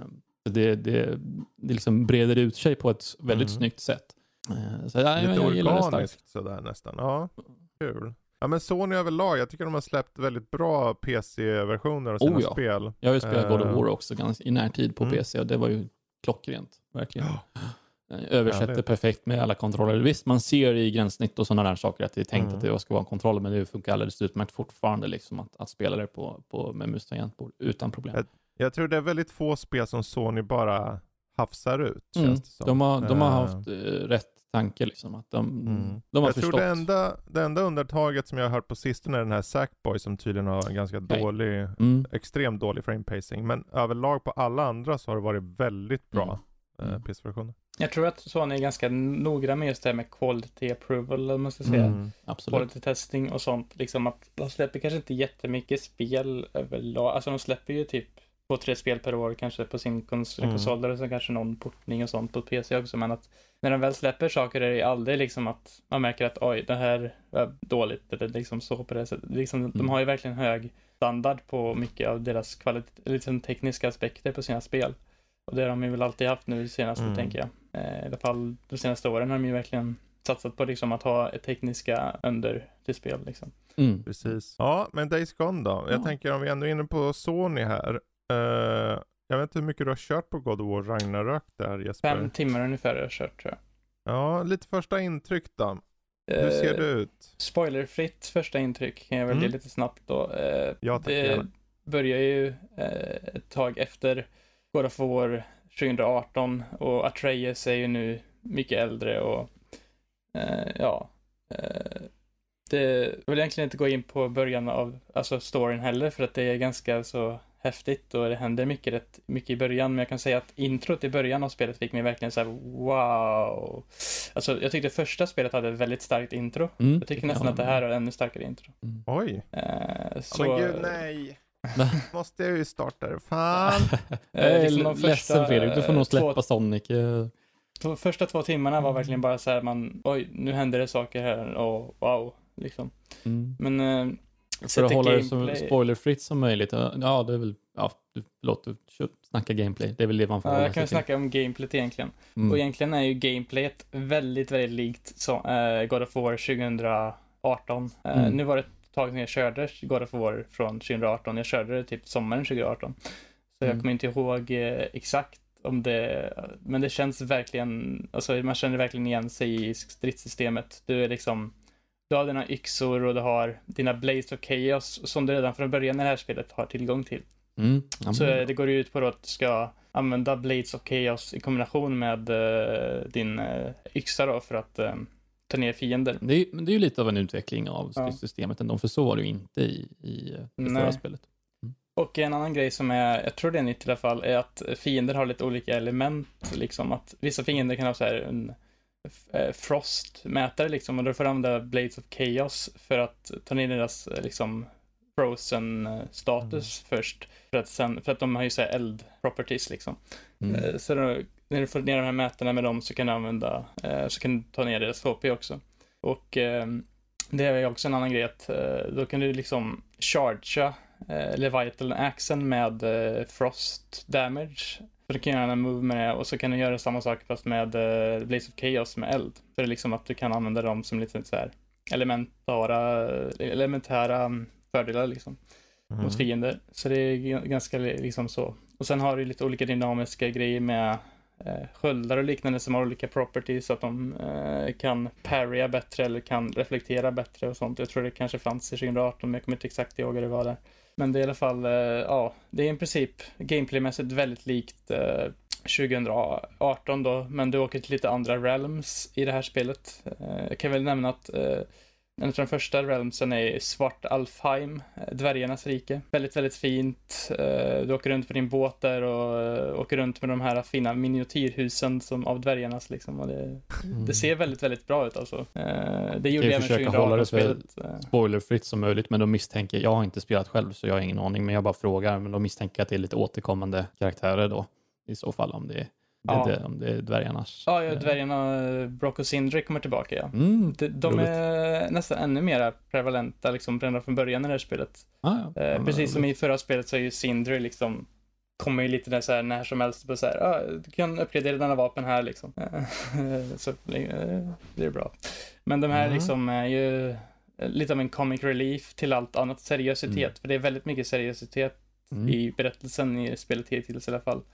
S2: Det liksom breder ut sig på ett väldigt snyggt sätt. Så
S1: lite organiskt sådär nästan. Ja, kul. Ja, men Sony överlag, jag tycker de har släppt väldigt bra PC-versioner av sina spel.
S2: Jag har ju spelat God of War också i närtid på PC, och det var ju klockrent, verkligen. Översätter perfekt med alla kontroller. Visst, man ser i gränssnitt och sådana där saker att det är tänkt att det ska vara en kontroll, men det funkar alldeles utmärkt fortfarande liksom, att spela det med mus och tangentbord utan problem.
S1: Jag tror det är väldigt få spel som Sony bara hafsar ut. Känns det som.
S2: De har haft rätt tanke liksom, att de har
S1: jag
S2: förstått.
S1: Tror det enda undantaget som jag har hört på sistone är den här Sackboy, som tydligen har en ganska dålig, extremt dålig frame pacing, men överlag på alla andra så har det varit väldigt bra PC-versioner.
S3: Jag tror att Sony är ganska noga med just det här med quality approval, om man ska säga.
S2: Absolut.
S3: Quality testing och sånt. Liksom att de släpper kanske inte jättemycket spel överlag. Alltså de släpper ju typ 2-3 spel per år kanske på sin konsol, och så kanske någon portning och sånt på PC också. Men att när de väl släpper saker är det aldrig liksom att man märker att oj, det här var dåligt eller liksom så på det sättet. Liksom, de har ju verkligen hög standard på mycket av deras liksom tekniska aspekter på sina spel. Och det har de ju väl alltid haft nu senaste, tänker jag. I alla fall de senaste åren har de ju verkligen satsat på liksom att ha ett tekniska under till spel liksom.
S1: Precis. Ja, men Days Gone då? Jag tänker, om vi ändå är inne på Sony här. Jag vet inte hur mycket du har kört på God of War Ragnarök där, Jesper. 5
S3: timmar ungefär har jag kört, tror jag.
S1: Ja, lite första intryck då. Hur ser det ut?
S3: Spoilerfritt första intryck kan jag väl ge lite snabbt då. Det börjar ju ett tag efter God of War 2018 och Atreus är ju nu mycket äldre och det vill egentligen inte gå in på början av storyn heller för att det är ganska så häftigt och det händer rätt mycket i början, men jag kan säga att introt i början av spelet fick mig verkligen så här: wow. Alltså jag tyckte första spelet hade ett väldigt starkt intro. Jag tycker nästan att det här har ännu starkare intro.
S1: Oj.
S3: Så...
S1: Men gud, nej. Måste jag ju starta det. Fan.
S3: Liksom de
S2: ledsen Fredrik, du får nog släppa Sonic.
S3: De första 2 timmarna var verkligen bara så här, oj, nu händer det saker här och wow, liksom. Men
S2: för att hålla det så spoilerfritt som möjligt. Ja, det är väl, låt du snacka gameplay. Det är väl det man får hålla sig till.
S3: Jag kan snacka om gameplayet egentligen. Och egentligen är ju gameplayet väldigt, väldigt likt God of War 2018. Nu var det ett tag när jag körde God of War från 2018. Jag körde det typ sommaren 2018. Så jag kommer inte ihåg exakt om det, men det känns verkligen, alltså man känner verkligen igen sig i stridssystemet. Du har dina yxor och du har dina Blades of Chaos som du redan från början i det här spelet har tillgång till. Så det går ut på att du ska använda Blades of Chaos i kombination med din yxa då för att ta ner fiender.
S2: Det är ju lite av en utveckling av stridssystemet ändå, för så var det ju inte i det förra spelet.
S3: Och en annan grej som jag tror det är nytt i alla fall, är att fiender har lite olika element. Liksom att vissa fiender kan ha så här en frostmätare liksom, och då får de använda Blades of Chaos för att ta ner deras liksom frozen status först. För att de har ju så här eld properties liksom. Så då, när du får ner de här mätarna med dem så kan du använda, så kan du ta ner deras HP också. Och det är också en annan grej att då kan du liksom chargea Leviathan Axen med Frost Damage. Så du kan göra en move med det och så kan du göra samma sak fast med Blaze of Chaos med eld. Så det är liksom att du kan använda dem som lite så här elementära fördelar liksom mot fiender. Så det är ganska liksom så. Och sen har du lite olika dynamiska grejer med sköldar och liknande som har olika properties så att de kan parrya bättre eller kan reflektera bättre och sånt. Jag tror det kanske fanns i 2018 men jag kommer inte exakt ihåg hur det var där. Men det är i alla fall, det är i princip gameplaymässigt väldigt likt 2018 då, men du åker till lite andra realms i det här spelet. Jag kan väl nämna att en av de första realmsen är Svartalfheim, dvärgarnas rike. Väldigt, väldigt fint. Du åker runt på din båt där och åker runt med de här fina miniatyrhusen som av dvärgarnas liksom. Och det ser väldigt, väldigt bra ut alltså. Det gjorde jag med 2018
S2: hålla det så spoilerfritt som möjligt, men då misstänker jag har inte spelat själv så jag har ingen aning, men jag bara frågar, men då misstänker jag att det är lite återkommande karaktärer då i så fall om det är om det är dvärgarnas.
S3: Ja, dvärgarna Brock och Sindri kommer tillbaka, ja. De är nästan ännu mer prevalenta liksom redan från början i det här spelet. Precis som i förra spelet så är ju Sindri liksom kommer ju lite där så här när som helst på så här, du kan uppgradera dina vapen här liksom. Så det är bra. Men de här liksom är ju lite av en comic relief till allt annat seriositet, för det är väldigt mycket seriositet i berättelsen i spelet hittills i alla fall.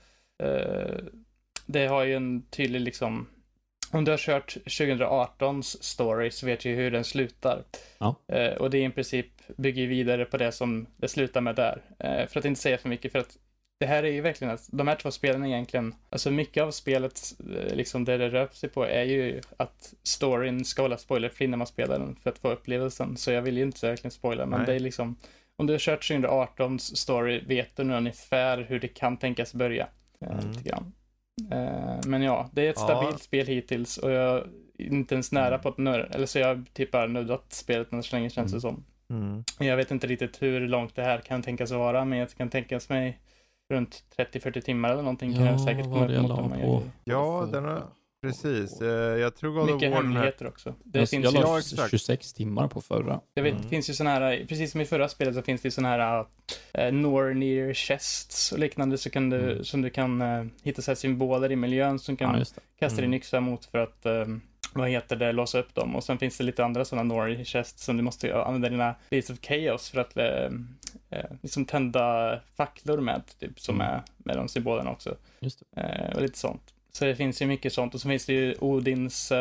S3: Det har ju en tydlig liksom, om du har kört 2018s story så vet ju hur den slutar. Och det är i princip bygger vidare på det som det slutar med där. För att inte säga för mycket, för att det här är ju verkligen att de här 2 spelen egentligen, alltså mycket av spelet liksom det rör sig på är ju att storyn ska hålla spoilerfri när man spelar den för att få upplevelsen. Så jag vill ju inte verkligen spoila, men det är liksom, om du har kört 2018s story vet du nu ungefär hur det kan tänkas börja. Lite grann. Men ja, det är ett stabilt spel hittills och jag är inte ens nära på att eller så jag typ har nuddat spelet än så länge känns det som. Jag vet inte riktigt hur långt det här kan tänkas vara, men jag kan tänkas mig runt 30-40 timmar eller någonting kan jag säkert komma upp mot dem.
S1: Ja, den är precis. Jag tror God
S3: mycket hemligheter också.
S2: Jag la 26 timmar på förra.
S3: Jag vet, det finns ju såna här, precis som i förra spelet så finns det såna här Nornir chests och liknande så kan du, som du kan hitta så här symboler i miljön som kan kasta din yxa mot för att låsa upp dem. Och sen finns det lite andra sådana Nornir chests som du måste använda dina Blades of Chaos för att liksom tända facklor med typ, som är med de symbolerna också.
S2: Just det.
S3: Och lite sånt. Så det finns ju mycket sånt. Och så finns det ju Odins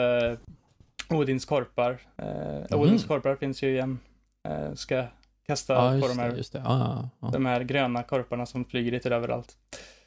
S3: korpar. Odins korpar finns ju igen. Ska kasta på de här, de här gröna korparna som flyger lite överallt.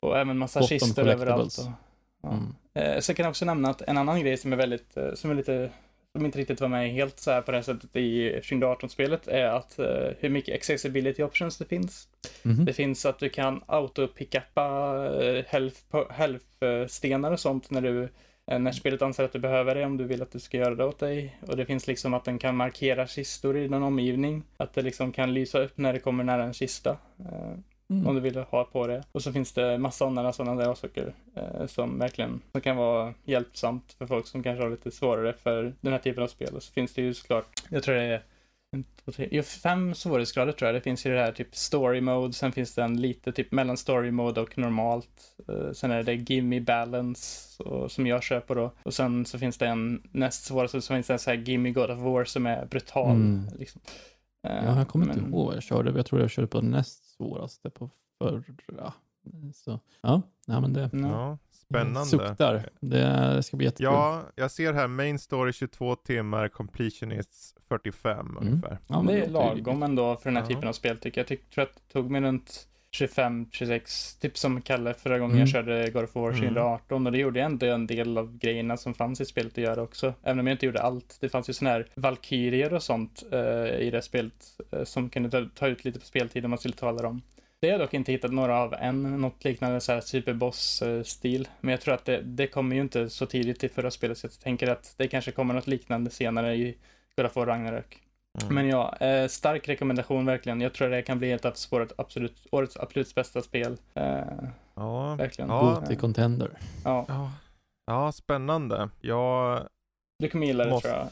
S3: Och även massa kistor överallt. Så kan jag också nämna att en annan grej som är väldigt, som inte riktigt var med helt så här på det här sättet i 2018-spelet är att hur mycket accessibility options det finns. Det finns att du kan auto-pickuppa health-stenar och sånt när spelet anser att du behöver det, om du vill att du ska göra det åt dig. Och det finns liksom att den kan markera kistor i någon omgivning. Att det liksom kan lysa upp när det kommer nära en kista. Om du vill ha på det. Och så finns det massa andra sådana där saker som verkligen som kan vara hjälpsamt för folk som kanske har lite svårare för den här typen av spel. Och så finns det ju såklart, jag tror det är 5 svårighetsgrader tror jag. Det finns ju det här typ story mode, sen finns det en lite typ mellan story mode och normalt. Sen är det gimme balance som jag kör på då. Och sen så finns det en näst svåraste, så finns det en så här gimme God of War som är brutal. Liksom.
S2: Jag kommer inte ihåg jag tror jag körde på näst svåraste på förra. Så, men det
S1: spännande.
S2: Suktar. Det ska bli jättekul.
S1: Ja, jag ser här main story 22 timmar, completionists 45 ungefär.
S3: Ja, det är lagom ändå för den här typen av spel tycker jag. Tror att det tog mig runt 25-26, typ som Kalle förra gången jag körde God of War 2018, och det gjorde jag ändå en del av grejerna som fanns i spelet att göra också, även om jag inte gjorde allt. Det fanns ju såna här valkyrier och sånt i det spelet som kunde ta ut lite på speltid om man skulle tala om. Det har jag dock inte hittat några av än, något liknande så här superboss-stil, men jag tror att det kommer ju inte så tidigt i förra spelet, så jag tänker att det kanske kommer något liknande senare i God of War Ragnarök. Men ja, stark rekommendation verkligen. Jag tror det kan bli ett av årets absolut bästa spel. Verkligen.
S2: God contender.
S1: Ja, spännande.
S3: Du kommer gilla det tror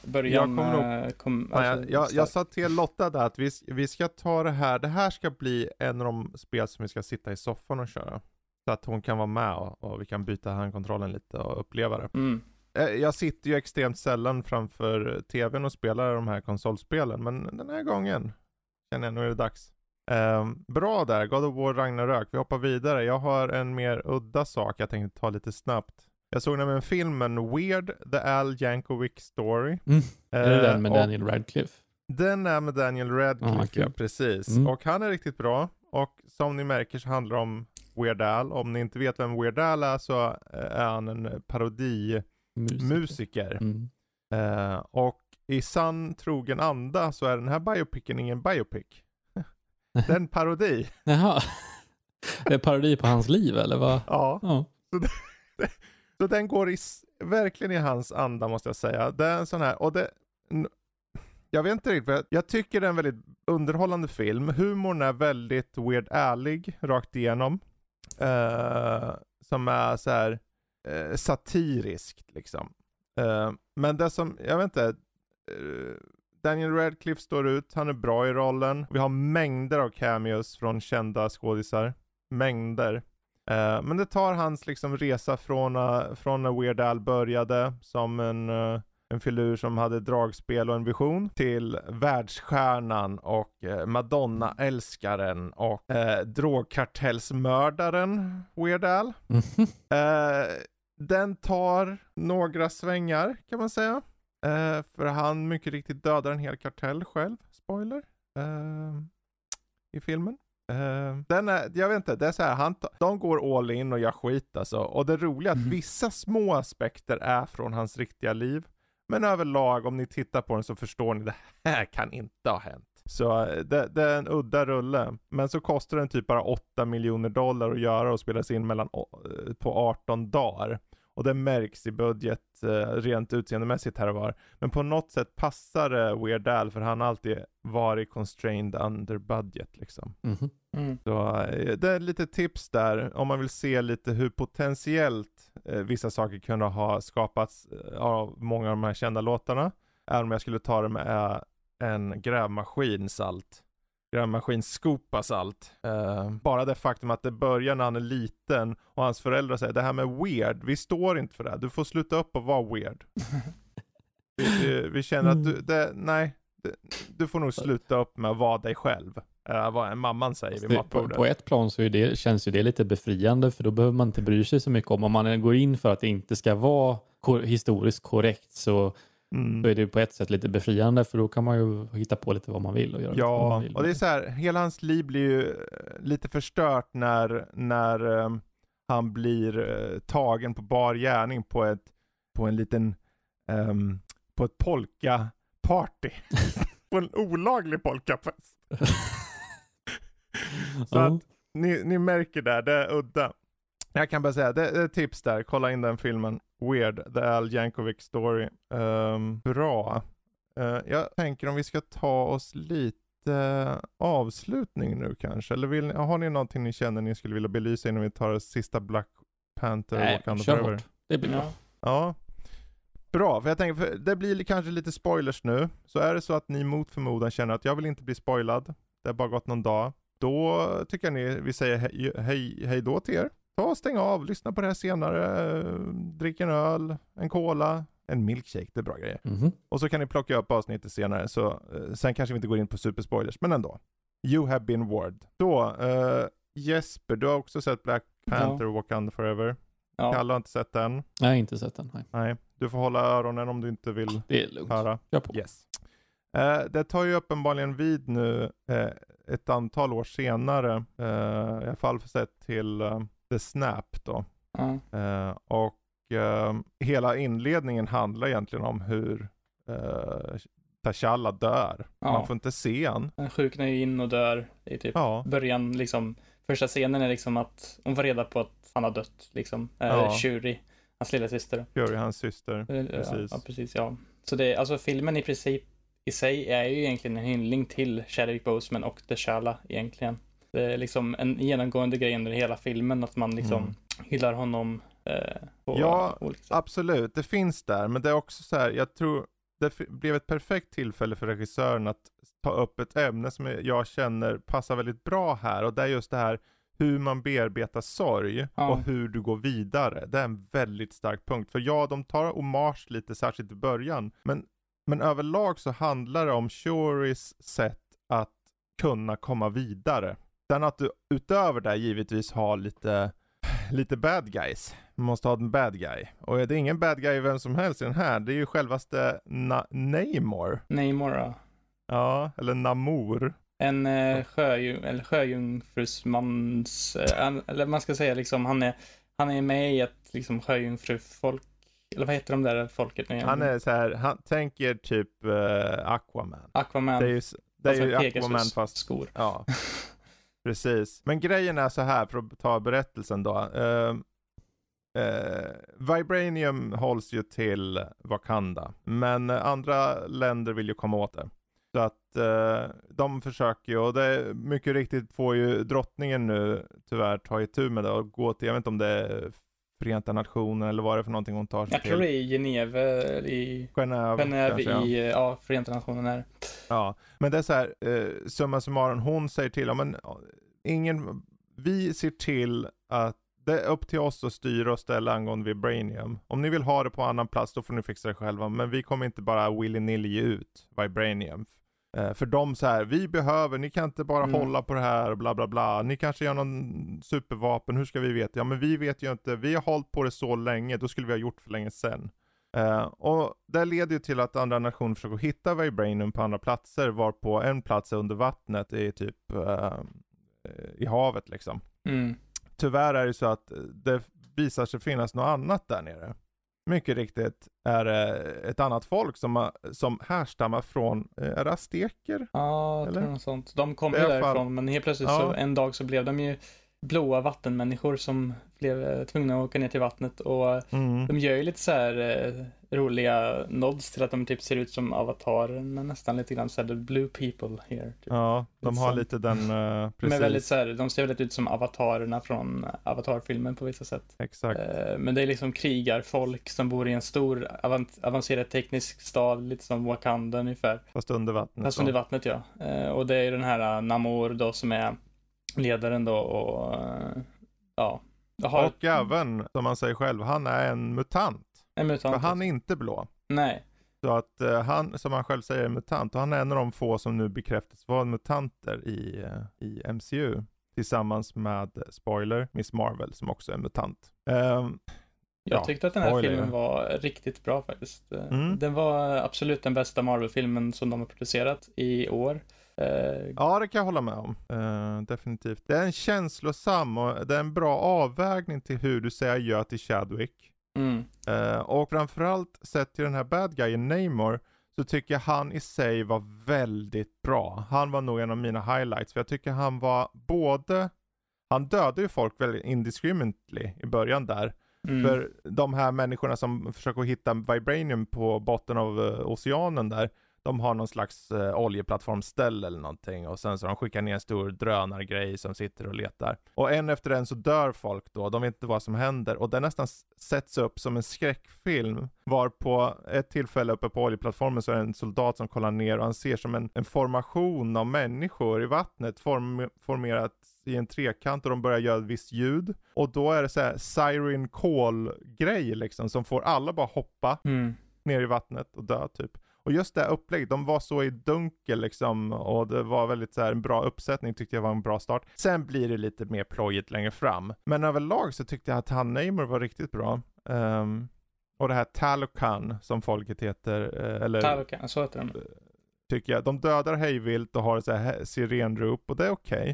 S3: jag.
S1: Jag sa till Lotta där att vi ska ta det här. Det här ska bli en av de spel som vi ska sitta i soffan och köra. Så att hon kan vara med och vi kan byta handkontrollen lite och uppleva det. Jag sitter ju extremt sällan framför tvn och spelar de här konsolspelen, men den här gången känner jag nu är det dags. Bra där, God of War Ragnarök. Vi hoppar vidare. Jag har en mer udda sak jag tänkte ta lite snabbt. Jag såg nämligen filmen Weird, The Al Yankovic Story.
S2: Är det den med Daniel Radcliffe?
S1: Den är med Daniel Radcliffe, ja, precis. Och han är riktigt bra. Och som ni märker så handlar det om Weird Al. Om ni inte vet vem Weird Al är så är han en parodimusiker. Och i sann trogen anda så är den här biopicen ingen biopic. Det är en parodi.
S2: Jaha. Det är parodi på hans liv eller vad?
S1: Ja. Så den går verkligen i hans anda måste jag säga. Det är en sån här, och jag vet inte riktigt, jag tycker det är en väldigt underhållande film. Humorn är väldigt weird ärlig rakt igenom. Som är så här satiriskt liksom. Men det som, jag vet inte, Daniel Radcliffe står ut, han är bra i rollen. Vi har mängder av cameos från kända skådisar. Mängder. Men det tar hans liksom resa från när Weird Al började som en filur som hade dragspel och en vision till världsstjärnan och Madonna-älskaren och drogkartellsmördaren Weird Al. Den tar några svängar kan man säga. För han mycket riktigt dödar en hel kartell själv. Spoiler. I filmen. Den är, jag vet inte, det är så här, de går all in och gör skit alltså. Och det roliga är att vissa små aspekter är från hans riktiga liv. Men överlag, om ni tittar på den så förstår ni, det här kan inte ha hänt. Så det är en udda rulle. Men så kostar den typ bara $8 miljoner att göra och spelas in på 18 dagar. Och det märks i budget rent utseendemässigt här och var. Men på något sätt passar Weird Al, för han har alltid varit constrained under budget liksom. Så det är lite tips där om man vill se lite hur potentiellt vissa saker kunde ha skapats av många av de här kända låtarna. Även om jag skulle ta det med en grävmaskin skopa salt. Bara det faktum att det börjar när han är liten och hans föräldrar säger det här med weird, vi står inte för det. Du får sluta upp och vara weird. vi känner att du får nog sluta upp med att vara dig själv. Vad mamman säger vid matbordet.
S2: På ett plan så känns ju det lite befriande, för då behöver man inte bry sig så mycket om man går in för att det inte ska vara historiskt korrekt, så är det på ett sätt lite befriande, för då kan man ju hitta på lite vad man vill och göra lite vad man vill. Och
S1: det är så här, hela hans liv blir ju lite förstört när han blir tagen på bar gärning på en liten på ett polka-party. På en olaglig polkafest. Så att ni märker där, det är udda. Jag kan bara säga, det är tips där. Kolla in den filmen. Weird, The Al Yankovic Story. Bra. Jag tänker om vi ska ta oss lite avslutning nu kanske. Eller har ni någonting ni känner ni skulle vilja belysa innan vi tar sista Black Panther?
S2: Nej, kör hårt. Det blir bra.
S1: Ja. Bra, för jag tänker, för det blir kanske lite spoilers nu. Så är det så att ni mot förmodan känner att jag vill inte bli spoilad. Det har bara gått någon dag. Då tycker jag vi säger hej då till er. Ta och stäng av, lyssna på det här senare. Drick en öl, en cola, en milkshake, det är bra grejer. Och så kan ni plocka upp avsnittet senare. Så, sen kanske vi inte går in på superspoilers, men ändå. You have been warned. Då, Jesper, du har också sett Black Panther Wakanda Forever. Ja. Kalle har inte sett den.
S2: Jag har inte sett den.
S1: Nej. Du får hålla öronen om du inte vill
S2: det är lugnt.
S1: Höra.
S2: Kör på.
S1: Yes. Det tar ju uppenbarligen vid nu ett antal år senare. I alla fall sett till The Snap då. Och hela inledningen handlar egentligen om hur T'Challa dör. Man får inte se han.
S3: Han sjuknar ju in och dör i typ början liksom. Första scenen är liksom att hon får reda på att han har dött liksom. Shuri, hans lilla syster.
S1: Shuri, hans syster.
S3: Precis. Ja, precis, ja. Så det, alltså filmen i princip i sig är ju egentligen en hyllning till Chadwick Boseman och T'Challa egentligen. Det är liksom en genomgående grej under hela filmen att man liksom hyllar honom på olika sätt.
S1: Absolut. Det finns där, men det är också så här, jag tror det blev ett perfekt tillfälle för regissören att ta upp ett ämne som jag känner passar väldigt bra här, och det är just det här hur man bearbetar sorg och hur du går vidare. Det är en väldigt stark punkt. För de tar hommage lite särskilt i början, men överlag så handlar det om Shuris sätt att kunna komma vidare. Sen att du utöver det givetvis har lite bad guys. Man måste ha en bad guy. Och det är ingen bad guy vem som helst i den här. Det är ju självaste Namor.
S3: Namor, ja.
S1: Ja, eller Namor.
S3: En sjöjungfrusmans... eller man ska säga liksom, han är med i ett liksom sjöjungfrufolk. Eller vad heter de där folket nu?
S1: Han är så här, han tänker typ Aquaman.
S3: Aquaman.
S1: Det är ju Aquaman fast
S3: skor.
S1: Ja. Precis. Men grejen är så här, för att ta berättelsen då. Vibranium hålls ju till Wakanda. Men andra länder vill ju komma åt det. Så att de försöker ju, och det är mycket riktigt får ju drottningen nu tyvärr ta itu med det och gå till, jag vet inte om det är Förenta Nationer eller vad det är för någonting hon tar sig till.
S3: Jag tror det är Genève i Förenta Nationerna.
S1: Ja, men det är så här, summa summarum, hon säger till, men vi ser till att det är upp till oss att styra och ställa angående Vibranium. Om ni vill ha det på annan plats, då får ni fixa det själva. Men vi kommer inte bara willy-nilly ge ut Vibranium. För de så här, ni kan inte bara hålla på det här, bla bla bla. Ni kanske gör någon supervapen, hur ska vi veta? Ja, men vi vet ju inte, vi har hållit på det så länge, då skulle vi ha gjort för länge sedan. Och det leder ju till att andra nationer försöker hitta Vibranium på andra platser, varpå en plats är under vattnet, är typ i havet liksom. Tyvärr är det så att det visar sig finnas något annat där nere. Mycket riktigt är det ett annat folk som härstammar från azteker.
S3: Ja, eller något sånt. De kom ju därifrån, men helt plötsligt så en dag så blev de ju blåa vattenmänniskor som blev tvungna att åka ner till vattnet, och de gör ju lite så här roliga nods till att de typ ser ut som avatarerna, nästan lite grann så här, the blue people here. Typ.
S1: Ja, de har lite den precis.
S3: Men väldigt så här, de ser väldigt ut som avatarerna från Avatar-filmen på vissa sätt.
S1: Exakt.
S3: Men det är liksom krigarfolk som bor i en stor avancerad teknisk stad, lite som Wakanda ungefär.
S1: Fast under vattnet.
S3: Fast under vattnet, ja. Och det är ju den här Namor då som är ledaren då, och
S1: och även, som man säger själv, han är en mutant. För han är inte blå.
S3: Nej.
S1: Så att han, som han själv säger, är mutant. Och han är en av de få som nu bekräftas vara mutanter i MCU. Tillsammans med, spoiler, Miss Marvel som också är mutant.
S3: Jag tyckte att den här filmen var riktigt bra faktiskt. Den var absolut den bästa Marvel-filmen som de har producerat i år.
S1: Ja, det kan jag hålla med om. Definitivt. Det är en känslosam och det är en bra avvägning till hur du säger gör till Chadwick. Och framförallt sett till den här bad guyen Namor, så tycker jag han i sig var väldigt bra. Han var nog en av mina highlights, för jag tycker han var han dödade ju folk väldigt indiscriminately i början där. För de här människorna som försöker hitta vibranium på botten av oceanen där, de har någon slags oljeplattformställ eller någonting, och sen så de skickar ner en stor drönargrej som sitter och letar. Och en efter en så dör folk då, de vet inte vad som händer, och det nästan sätts upp som en skräckfilm, var på ett tillfälle uppe på oljeplattformen så är det en soldat som kollar ner och han ser som en formation av människor i vattnet formerat i en trekant, och de börjar göra ett visst ljud, och då är det så här siren call grej liksom, som får alla bara hoppa ner i vattnet och dö typ. Och just det här upplägget, de var så i dunkel liksom, och det var väldigt så här en bra uppsättning, tyckte jag var en bra start. Sen blir det lite mer plojigt längre fram. Men överlag så tyckte jag att han Namor var riktigt bra. Och det här Talokan som folket heter, eller
S3: Talokan, så heter de.
S1: Tycker jag, de dödar hejvilt och har så här sirenrop, och det är okej.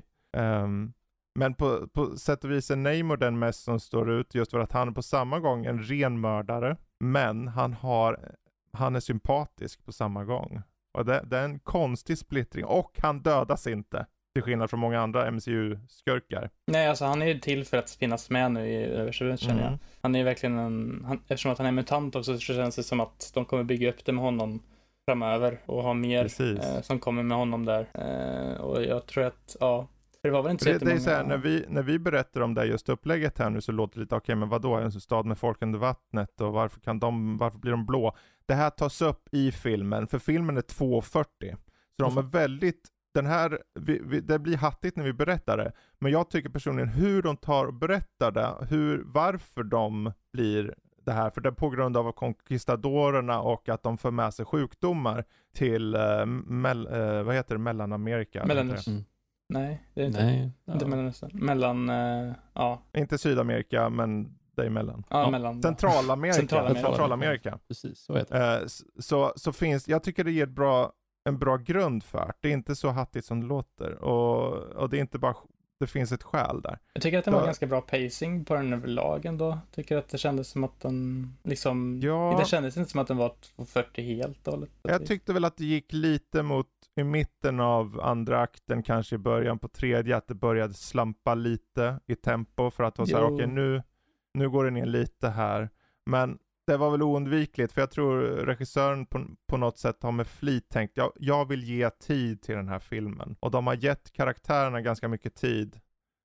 S1: Men på sätt och vis är Namor den mest som står ut, just för att han är på samma gång en ren mördare, men han är sympatisk på samma gång. Och det är en konstig splittring. Och han dödas inte. Till skillnad från många andra MCU-skurkar.
S3: Nej, alltså han är ju till för att finnas med nu i översynen, känner jag. Han är ju verkligen eftersom att han är mutant också, så känns det som att de kommer bygga upp det med honom framöver. Och ha mer som kommer med honom där. Och jag tror att, det var väl inte så jättemånga.
S1: Det är så här, när vi berättar om det just upplägget här nu, så låter det lite okej, men vadå, en stad med folk under vattnet, och varför blir de blå? Det här tas upp i filmen, för filmen är 2:40. Så de är väldigt, det blir hattigt när vi berättar det, men jag tycker personligen hur de tar och berättar det, varför de blir det här, för det är på grund av konkistadorerna och att de för med sig sjukdomar till Mellanamerika.
S3: Nej, det är inte. Inte Mellanöstern.
S1: Inte Sydamerika, men däremellan.
S3: Mellan.
S1: Centralamerika.
S2: Precis, så heter det.
S1: Så finns, jag tycker det ger en bra grund för. Det är inte så hattigt som det låter. Och det är inte bara, det finns ett skäl där.
S3: Jag tycker att det var ganska bra pacing på den överlag ändå. Tycker att det kändes som att den liksom, det kändes inte som att den var 2:40 helt dåligt.
S1: Jag tyckte väl att det gick lite mot i mitten av andra akten, kanske i början på tredje, att det började slampa lite i tempo, för att vara så här, okej, nu går det ner lite här. Men det var väl oundvikligt, för jag tror regissören på något sätt har med flit tänkt, jag vill ge tid till den här filmen. Och de har gett karaktärerna ganska mycket tid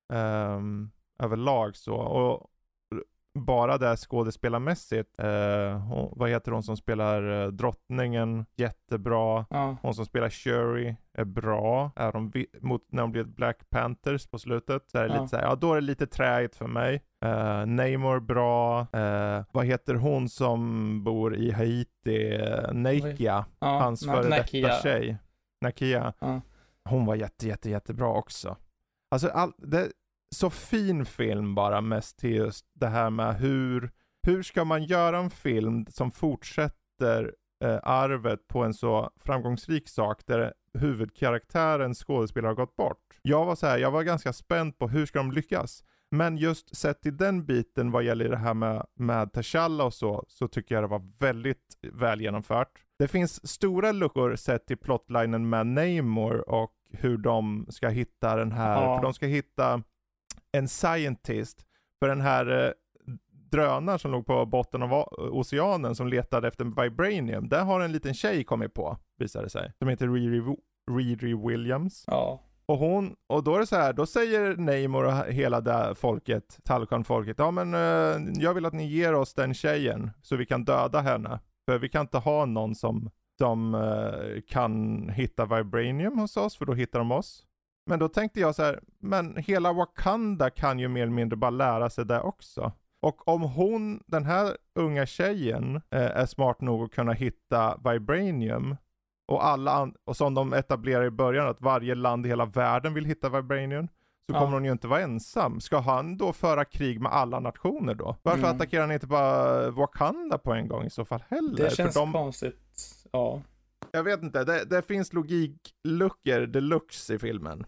S1: överlag så. Och bara det skådespelarmässigt, vad heter hon som spelar drottningen, jättebra. Hon som spelar Shuri är bra. När de blir Black Panthers på slutet så är det lite så här, då är det lite träigt för mig. Namor bra. Vad heter hon som bor i Haiti? Nakia. Hans före detta tjej. Nakia. Hon var jättebra också. Alltså så fin film bara, mest till just det här med hur ska man göra en film som fortsätter arvet på en så framgångsrik sak där huvudkaraktärens skådespelare har gått bort. Jag var ganska spänd på hur ska de lyckas. Men just sett i den biten vad gäller det här med T'Challa och så tycker jag det var väldigt väl genomfört. Det finns stora luckor sett i plotlinen med Namor och hur de ska hitta den här, för de ska hitta en scientist för den här drönaren som låg på botten av oceanen som letade efter vibranium. Där har en liten tjej kommit på, visar det sig, som heter Riri Williams. Och då är det så här, då säger Namor och hela det folket, Talokan-folket, men jag vill att ni ger oss den tjejen så vi kan döda henne. För vi kan inte ha någon som kan hitta vibranium hos oss, för då hittar de oss. Men då tänkte jag så här, men hela Wakanda kan ju mer eller mindre bara lära sig det också. Och om den här unga tjejen är smart nog att kunna hitta vibranium, och som de etablerar i början att varje land i hela världen vill hitta vibranium, så kommer hon ju inte vara ensam. Ska han då föra krig med alla nationer då? Varför attackerar han inte bara Wakanda på en gång i så fall heller?
S3: Det känns konstigt,
S1: Jag vet inte, det finns logikluckor deluxe i filmen.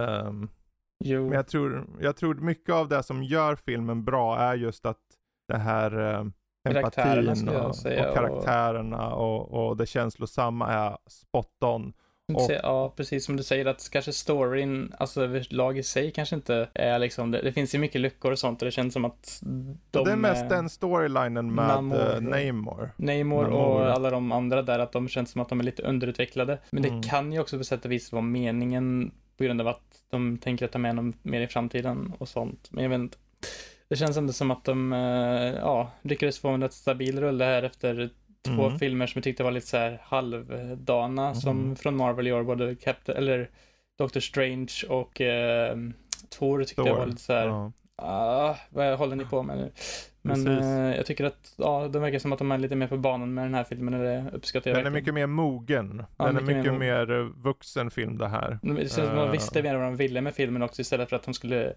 S1: Men jag tror mycket av det som gör filmen bra är just att det här empatin och karaktärerna och det känslosamma är spot on.
S3: Ja, precis som du säger, att kanske storyn, alltså överlag i sig kanske inte är liksom, det finns ju mycket luckor och sånt, och det känns som att
S1: det är mest den storylinen med Namor
S3: och alla de andra där, att de känns som att de är lite underutvecklade. Men det kan ju också på sätt och vis vara meningen på grund av att de tänker att ta med dem mer i framtiden och sånt. Men jag vet inte. Det känns ändå som att de lyckades få en stabil rulle här efter 2 filmer som jag tyckte var lite så här halvdana som från Marvel i år, både Doctor Strange och Thor tyckte jag var lite så här vad håller ni på med nu? Men jag tycker att det verkar som att de är lite mer på banan med den här filmen, och det uppskattar jag verkligen.
S1: Den är mycket mer mogen. Den är mycket mer vuxen film det här.
S3: Det känns som att de visste mer vad de ville med filmen också, istället för att de skulle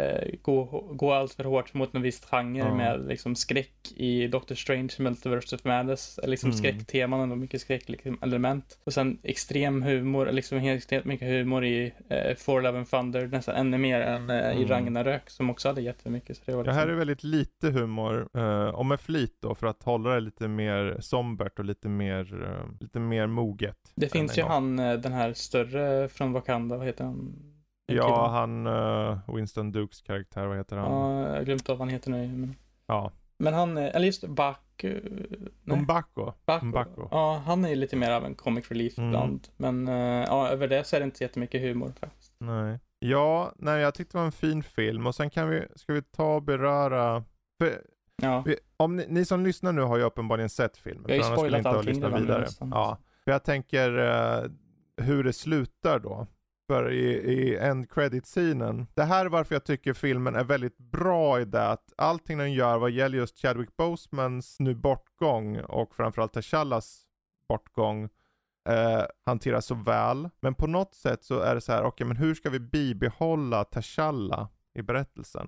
S3: gå allt för hårt mot en viss genre med liksom skräck i Doctor Strange Multiverse of Madness, liksom skräckteman och mycket skräckelement. Och sen extrem humor, liksom helt mycket humor i Thor Love and Thunder, nästan ännu mer än i Ragnarök, som också hade jättemycket. Så det var liksom...
S1: här är väldigt lite humor. Och med flit då, för att hålla det lite mer sombert och lite mer moget.
S3: Det finns ju den här större från Wakanda, vad heter han?
S1: Ja, han Winston Dukes karaktär, vad heter han?
S3: Ja, jag har glömt av vad han heter nu. Men...
S1: Ja.
S3: Men han, eller just
S1: M'Baku.
S3: Ja, han är ju lite mer av en comic relief ibland. Men över det så är det inte jättemycket humor faktiskt.
S1: Nej. Ja, jag tyckte det var en fin film. Och sen ska vi ta och beröra... Om ni som lyssnar nu har ju uppenbarligen sett filmen.
S3: Jag har ju spoilat allting
S1: vidare. Ja, för jag tänker hur det slutar då. För i end credit-scenen. Det här är varför jag tycker filmen är väldigt bra i det. Att allting den gör vad gäller just Chadwick Bosemans nu bortgång och framförallt T'Challas bortgång hanteras så väl. Men på något sätt så är det så här, okej, men hur ska vi bibehålla T'Challa i berättelsen?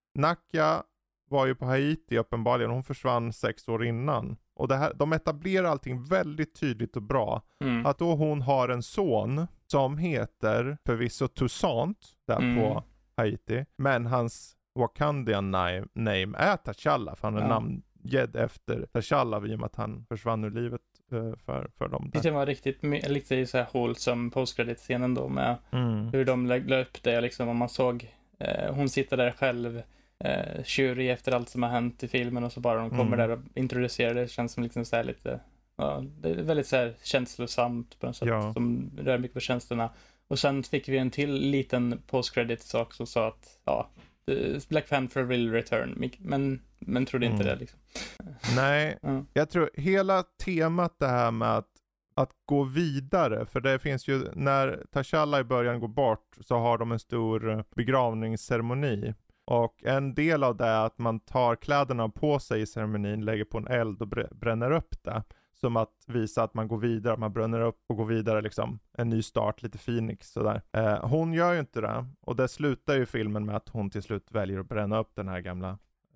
S1: Nakia var ju på Haiti uppenbarligen. Hon försvann 6 år innan. Och de etablerar allting väldigt tydligt och bra. Att då hon har en son som heter förvisso Toussaint där på Haiti. Men hans Wakandian name är T'Challa. För han är namngedd efter T'Challa i och med att han försvann ur livet för dem.
S3: Det var riktigt lite så här wholesome post-credit-scenen då med hur de la upp det liksom. Om man såg hon sitter där själv tjurig efter allt som har hänt i filmen, och så bara de kommer där och introducerar det. Känns som liksom så här lite det är väldigt så här känslosamt på något sätt, som rör mycket på känslorna. Och sen fick vi en till liten post-credit sak som sa att Black Panther will return, men trodde inte det liksom.
S1: Nej, jag tror hela temat det här med att gå vidare, för det finns ju när T'Challa i början går bort så har de en stor begravningsceremoni. Och en del av det är att man tar kläderna på sig i ceremonin, lägger på en eld och bränner upp det. Som att visa att man går vidare, man bränner upp och går vidare liksom. En ny start, lite Phoenix sådär. Hon gör ju inte det. Och det slutar ju filmen med att hon till slut väljer att bränna upp den här gamla.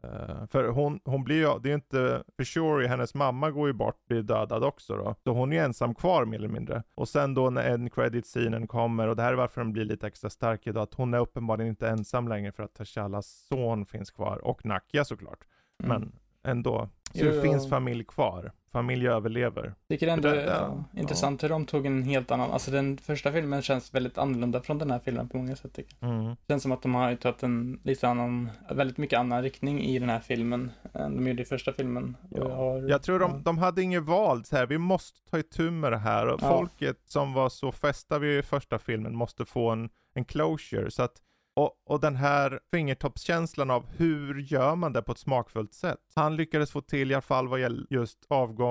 S1: För hon blir ju, det är ju inte, för Shuri, hennes mamma går ju bort, blir dödad också då. Så hon är ensam kvar mer eller mindre. Och sen då när end credit-scenen kommer, och det här är varför den blir lite extra stark idag, att hon är uppenbarligen inte ensam längre för att T'Challas son finns kvar. Och Nakia såklart. Men ändå. Så det finns familj kvar. Familj överlever.
S3: Tycker ändå intressant hur de tog en helt annan, alltså den första filmen känns väldigt annorlunda från den här filmen på många sätt tycker jag. Det känns som att de har tagit en lite annan, väldigt mycket annan riktning i den här filmen än de gjorde i första filmen.
S1: Jag tror de hade inget val så här, vi måste ta itu med det här, och folket som var så fästa vid första filmen måste få en closure, så att och den här fingertoppskänslan av hur gör man det på ett smakfullt sätt. Han lyckades få till i alla fall vad gäller just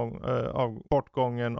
S1: bortgången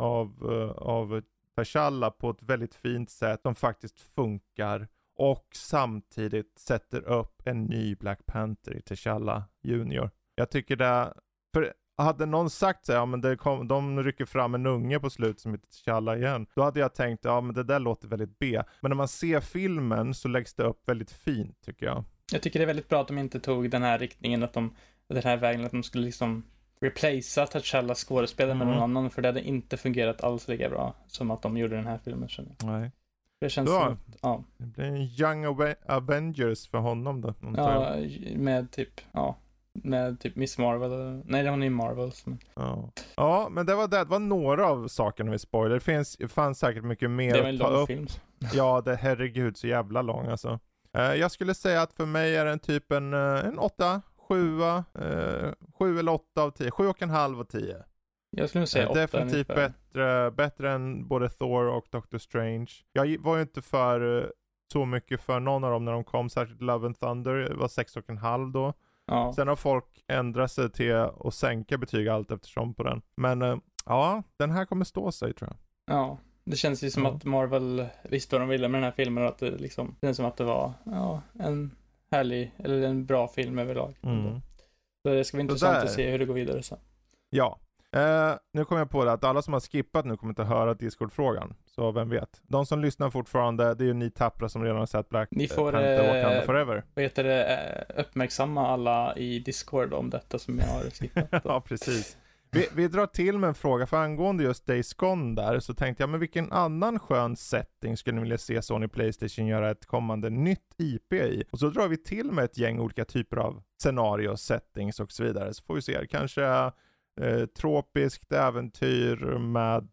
S1: av T'Challa på ett väldigt fint sätt som faktiskt funkar, och samtidigt sätter upp en ny Black Panther i T'Challa Junior. Jag tycker det, för hade någon sagt så här, ja men de rycker fram en unge på slut som heter T'Challa igen, då hade jag tänkt, ja men det där låter väldigt B. Men när man ser filmen så läggs det upp väldigt fint tycker jag.
S3: Jag tycker det är väldigt bra att de inte tog den här riktningen, den här vägen att de skulle liksom replacea T'Challas skådespelare med någon annan, för det hade inte fungerat alls lika bra som att de gjorde den här filmen, känner jag.
S1: Nej.
S3: Det känns som att,
S1: det blir en Young Avengers för honom då.
S3: Ja, med typ Miss Marvel. Nej, hon är Marvels. Men...
S1: Ja, men det var några av sakerna vi spoiler. Det fanns säkert mycket mer
S3: att ta upp. Det var en lång film.
S1: Ja, herregud, så jävla lång alltså. Jag skulle säga att för mig är den typ en 8, 7 eller 8 av 10. 7,5 av 10.
S3: Jag skulle säga 8.
S1: Definitivt bättre än både Thor och Doctor Strange. Jag var ju inte så mycket för någon av dem när de kom, särskilt Love and Thunder. Det var 6,5 då.
S3: Ja.
S1: Sen har folk ändrat sig till att sänka betyg allt eftersom på den. Men ja, den här kommer stå sig, tror jag.
S3: Ja, det känns ju som att Marvel visste vad de ville med den här filmen, och att det liksom känns som att det var en härlig, eller en bra film överlag. Så det ska bli intressant att se hur det går vidare sen.
S1: Ja. Nu kommer jag på det att alla som har skippat nu kommer inte höra Discord-frågan. Så vem vet. De som lyssnar fortfarande, det är ju ni tappra som redan har sett Black Panther Wakanda Forever.
S3: Uppmärksamma alla i Discord om detta som jag har skippat.
S1: Ja, precis. Vi drar till med en fråga, för angående just Days Gone där, så tänkte jag, men vilken annan skön setting skulle ni vilja se Sony PlayStation göra ett kommande nytt IP i? Och så drar vi till med ett gäng olika typer av scenarios, settings och så vidare. Så får vi se, kanske tropiskt äventyr med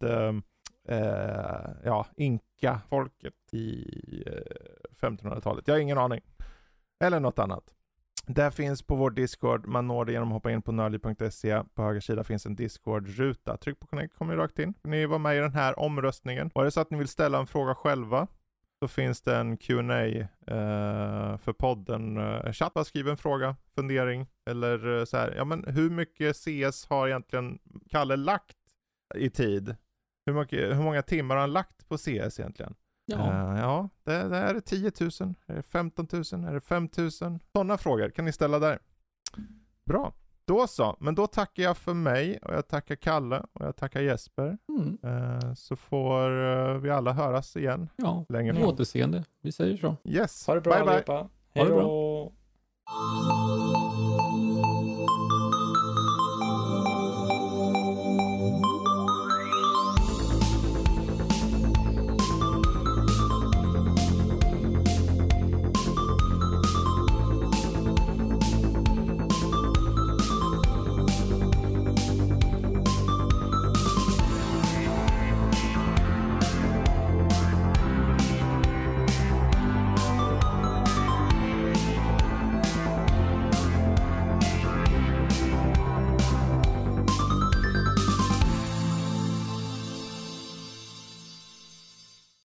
S1: Inka-folket i 1500-talet. Jag har ingen aning. Eller något annat. Det finns på vår Discord. Man når det genom att hoppa in på nördliv.se. På höger sida finns en Discord-ruta. Tryck på connect, kommer ni rakt in. Ni var med i den här omröstningen. Och är det så att ni vill ställa en fråga själva, så finns det en Q&A för podden. Chatt, bara skriv en fråga, fundering eller så här. Ja, men hur mycket CS har egentligen Kalle lagt i tid? Hur många timmar har han lagt på CS egentligen? Ja, det är 10 000, är det 15 000, är det 5 000? Sådana frågor kan ni ställa där. Bra. Då så, men då tackar jag för mig, och jag tackar Kalle och jag tackar Jesper. Så får vi alla höras igen.
S2: Ja, längre fram. Återseende. Vi säger så.
S1: Yes.
S3: Ha det bra,
S1: bye bye.
S3: Allihopa. Hej då.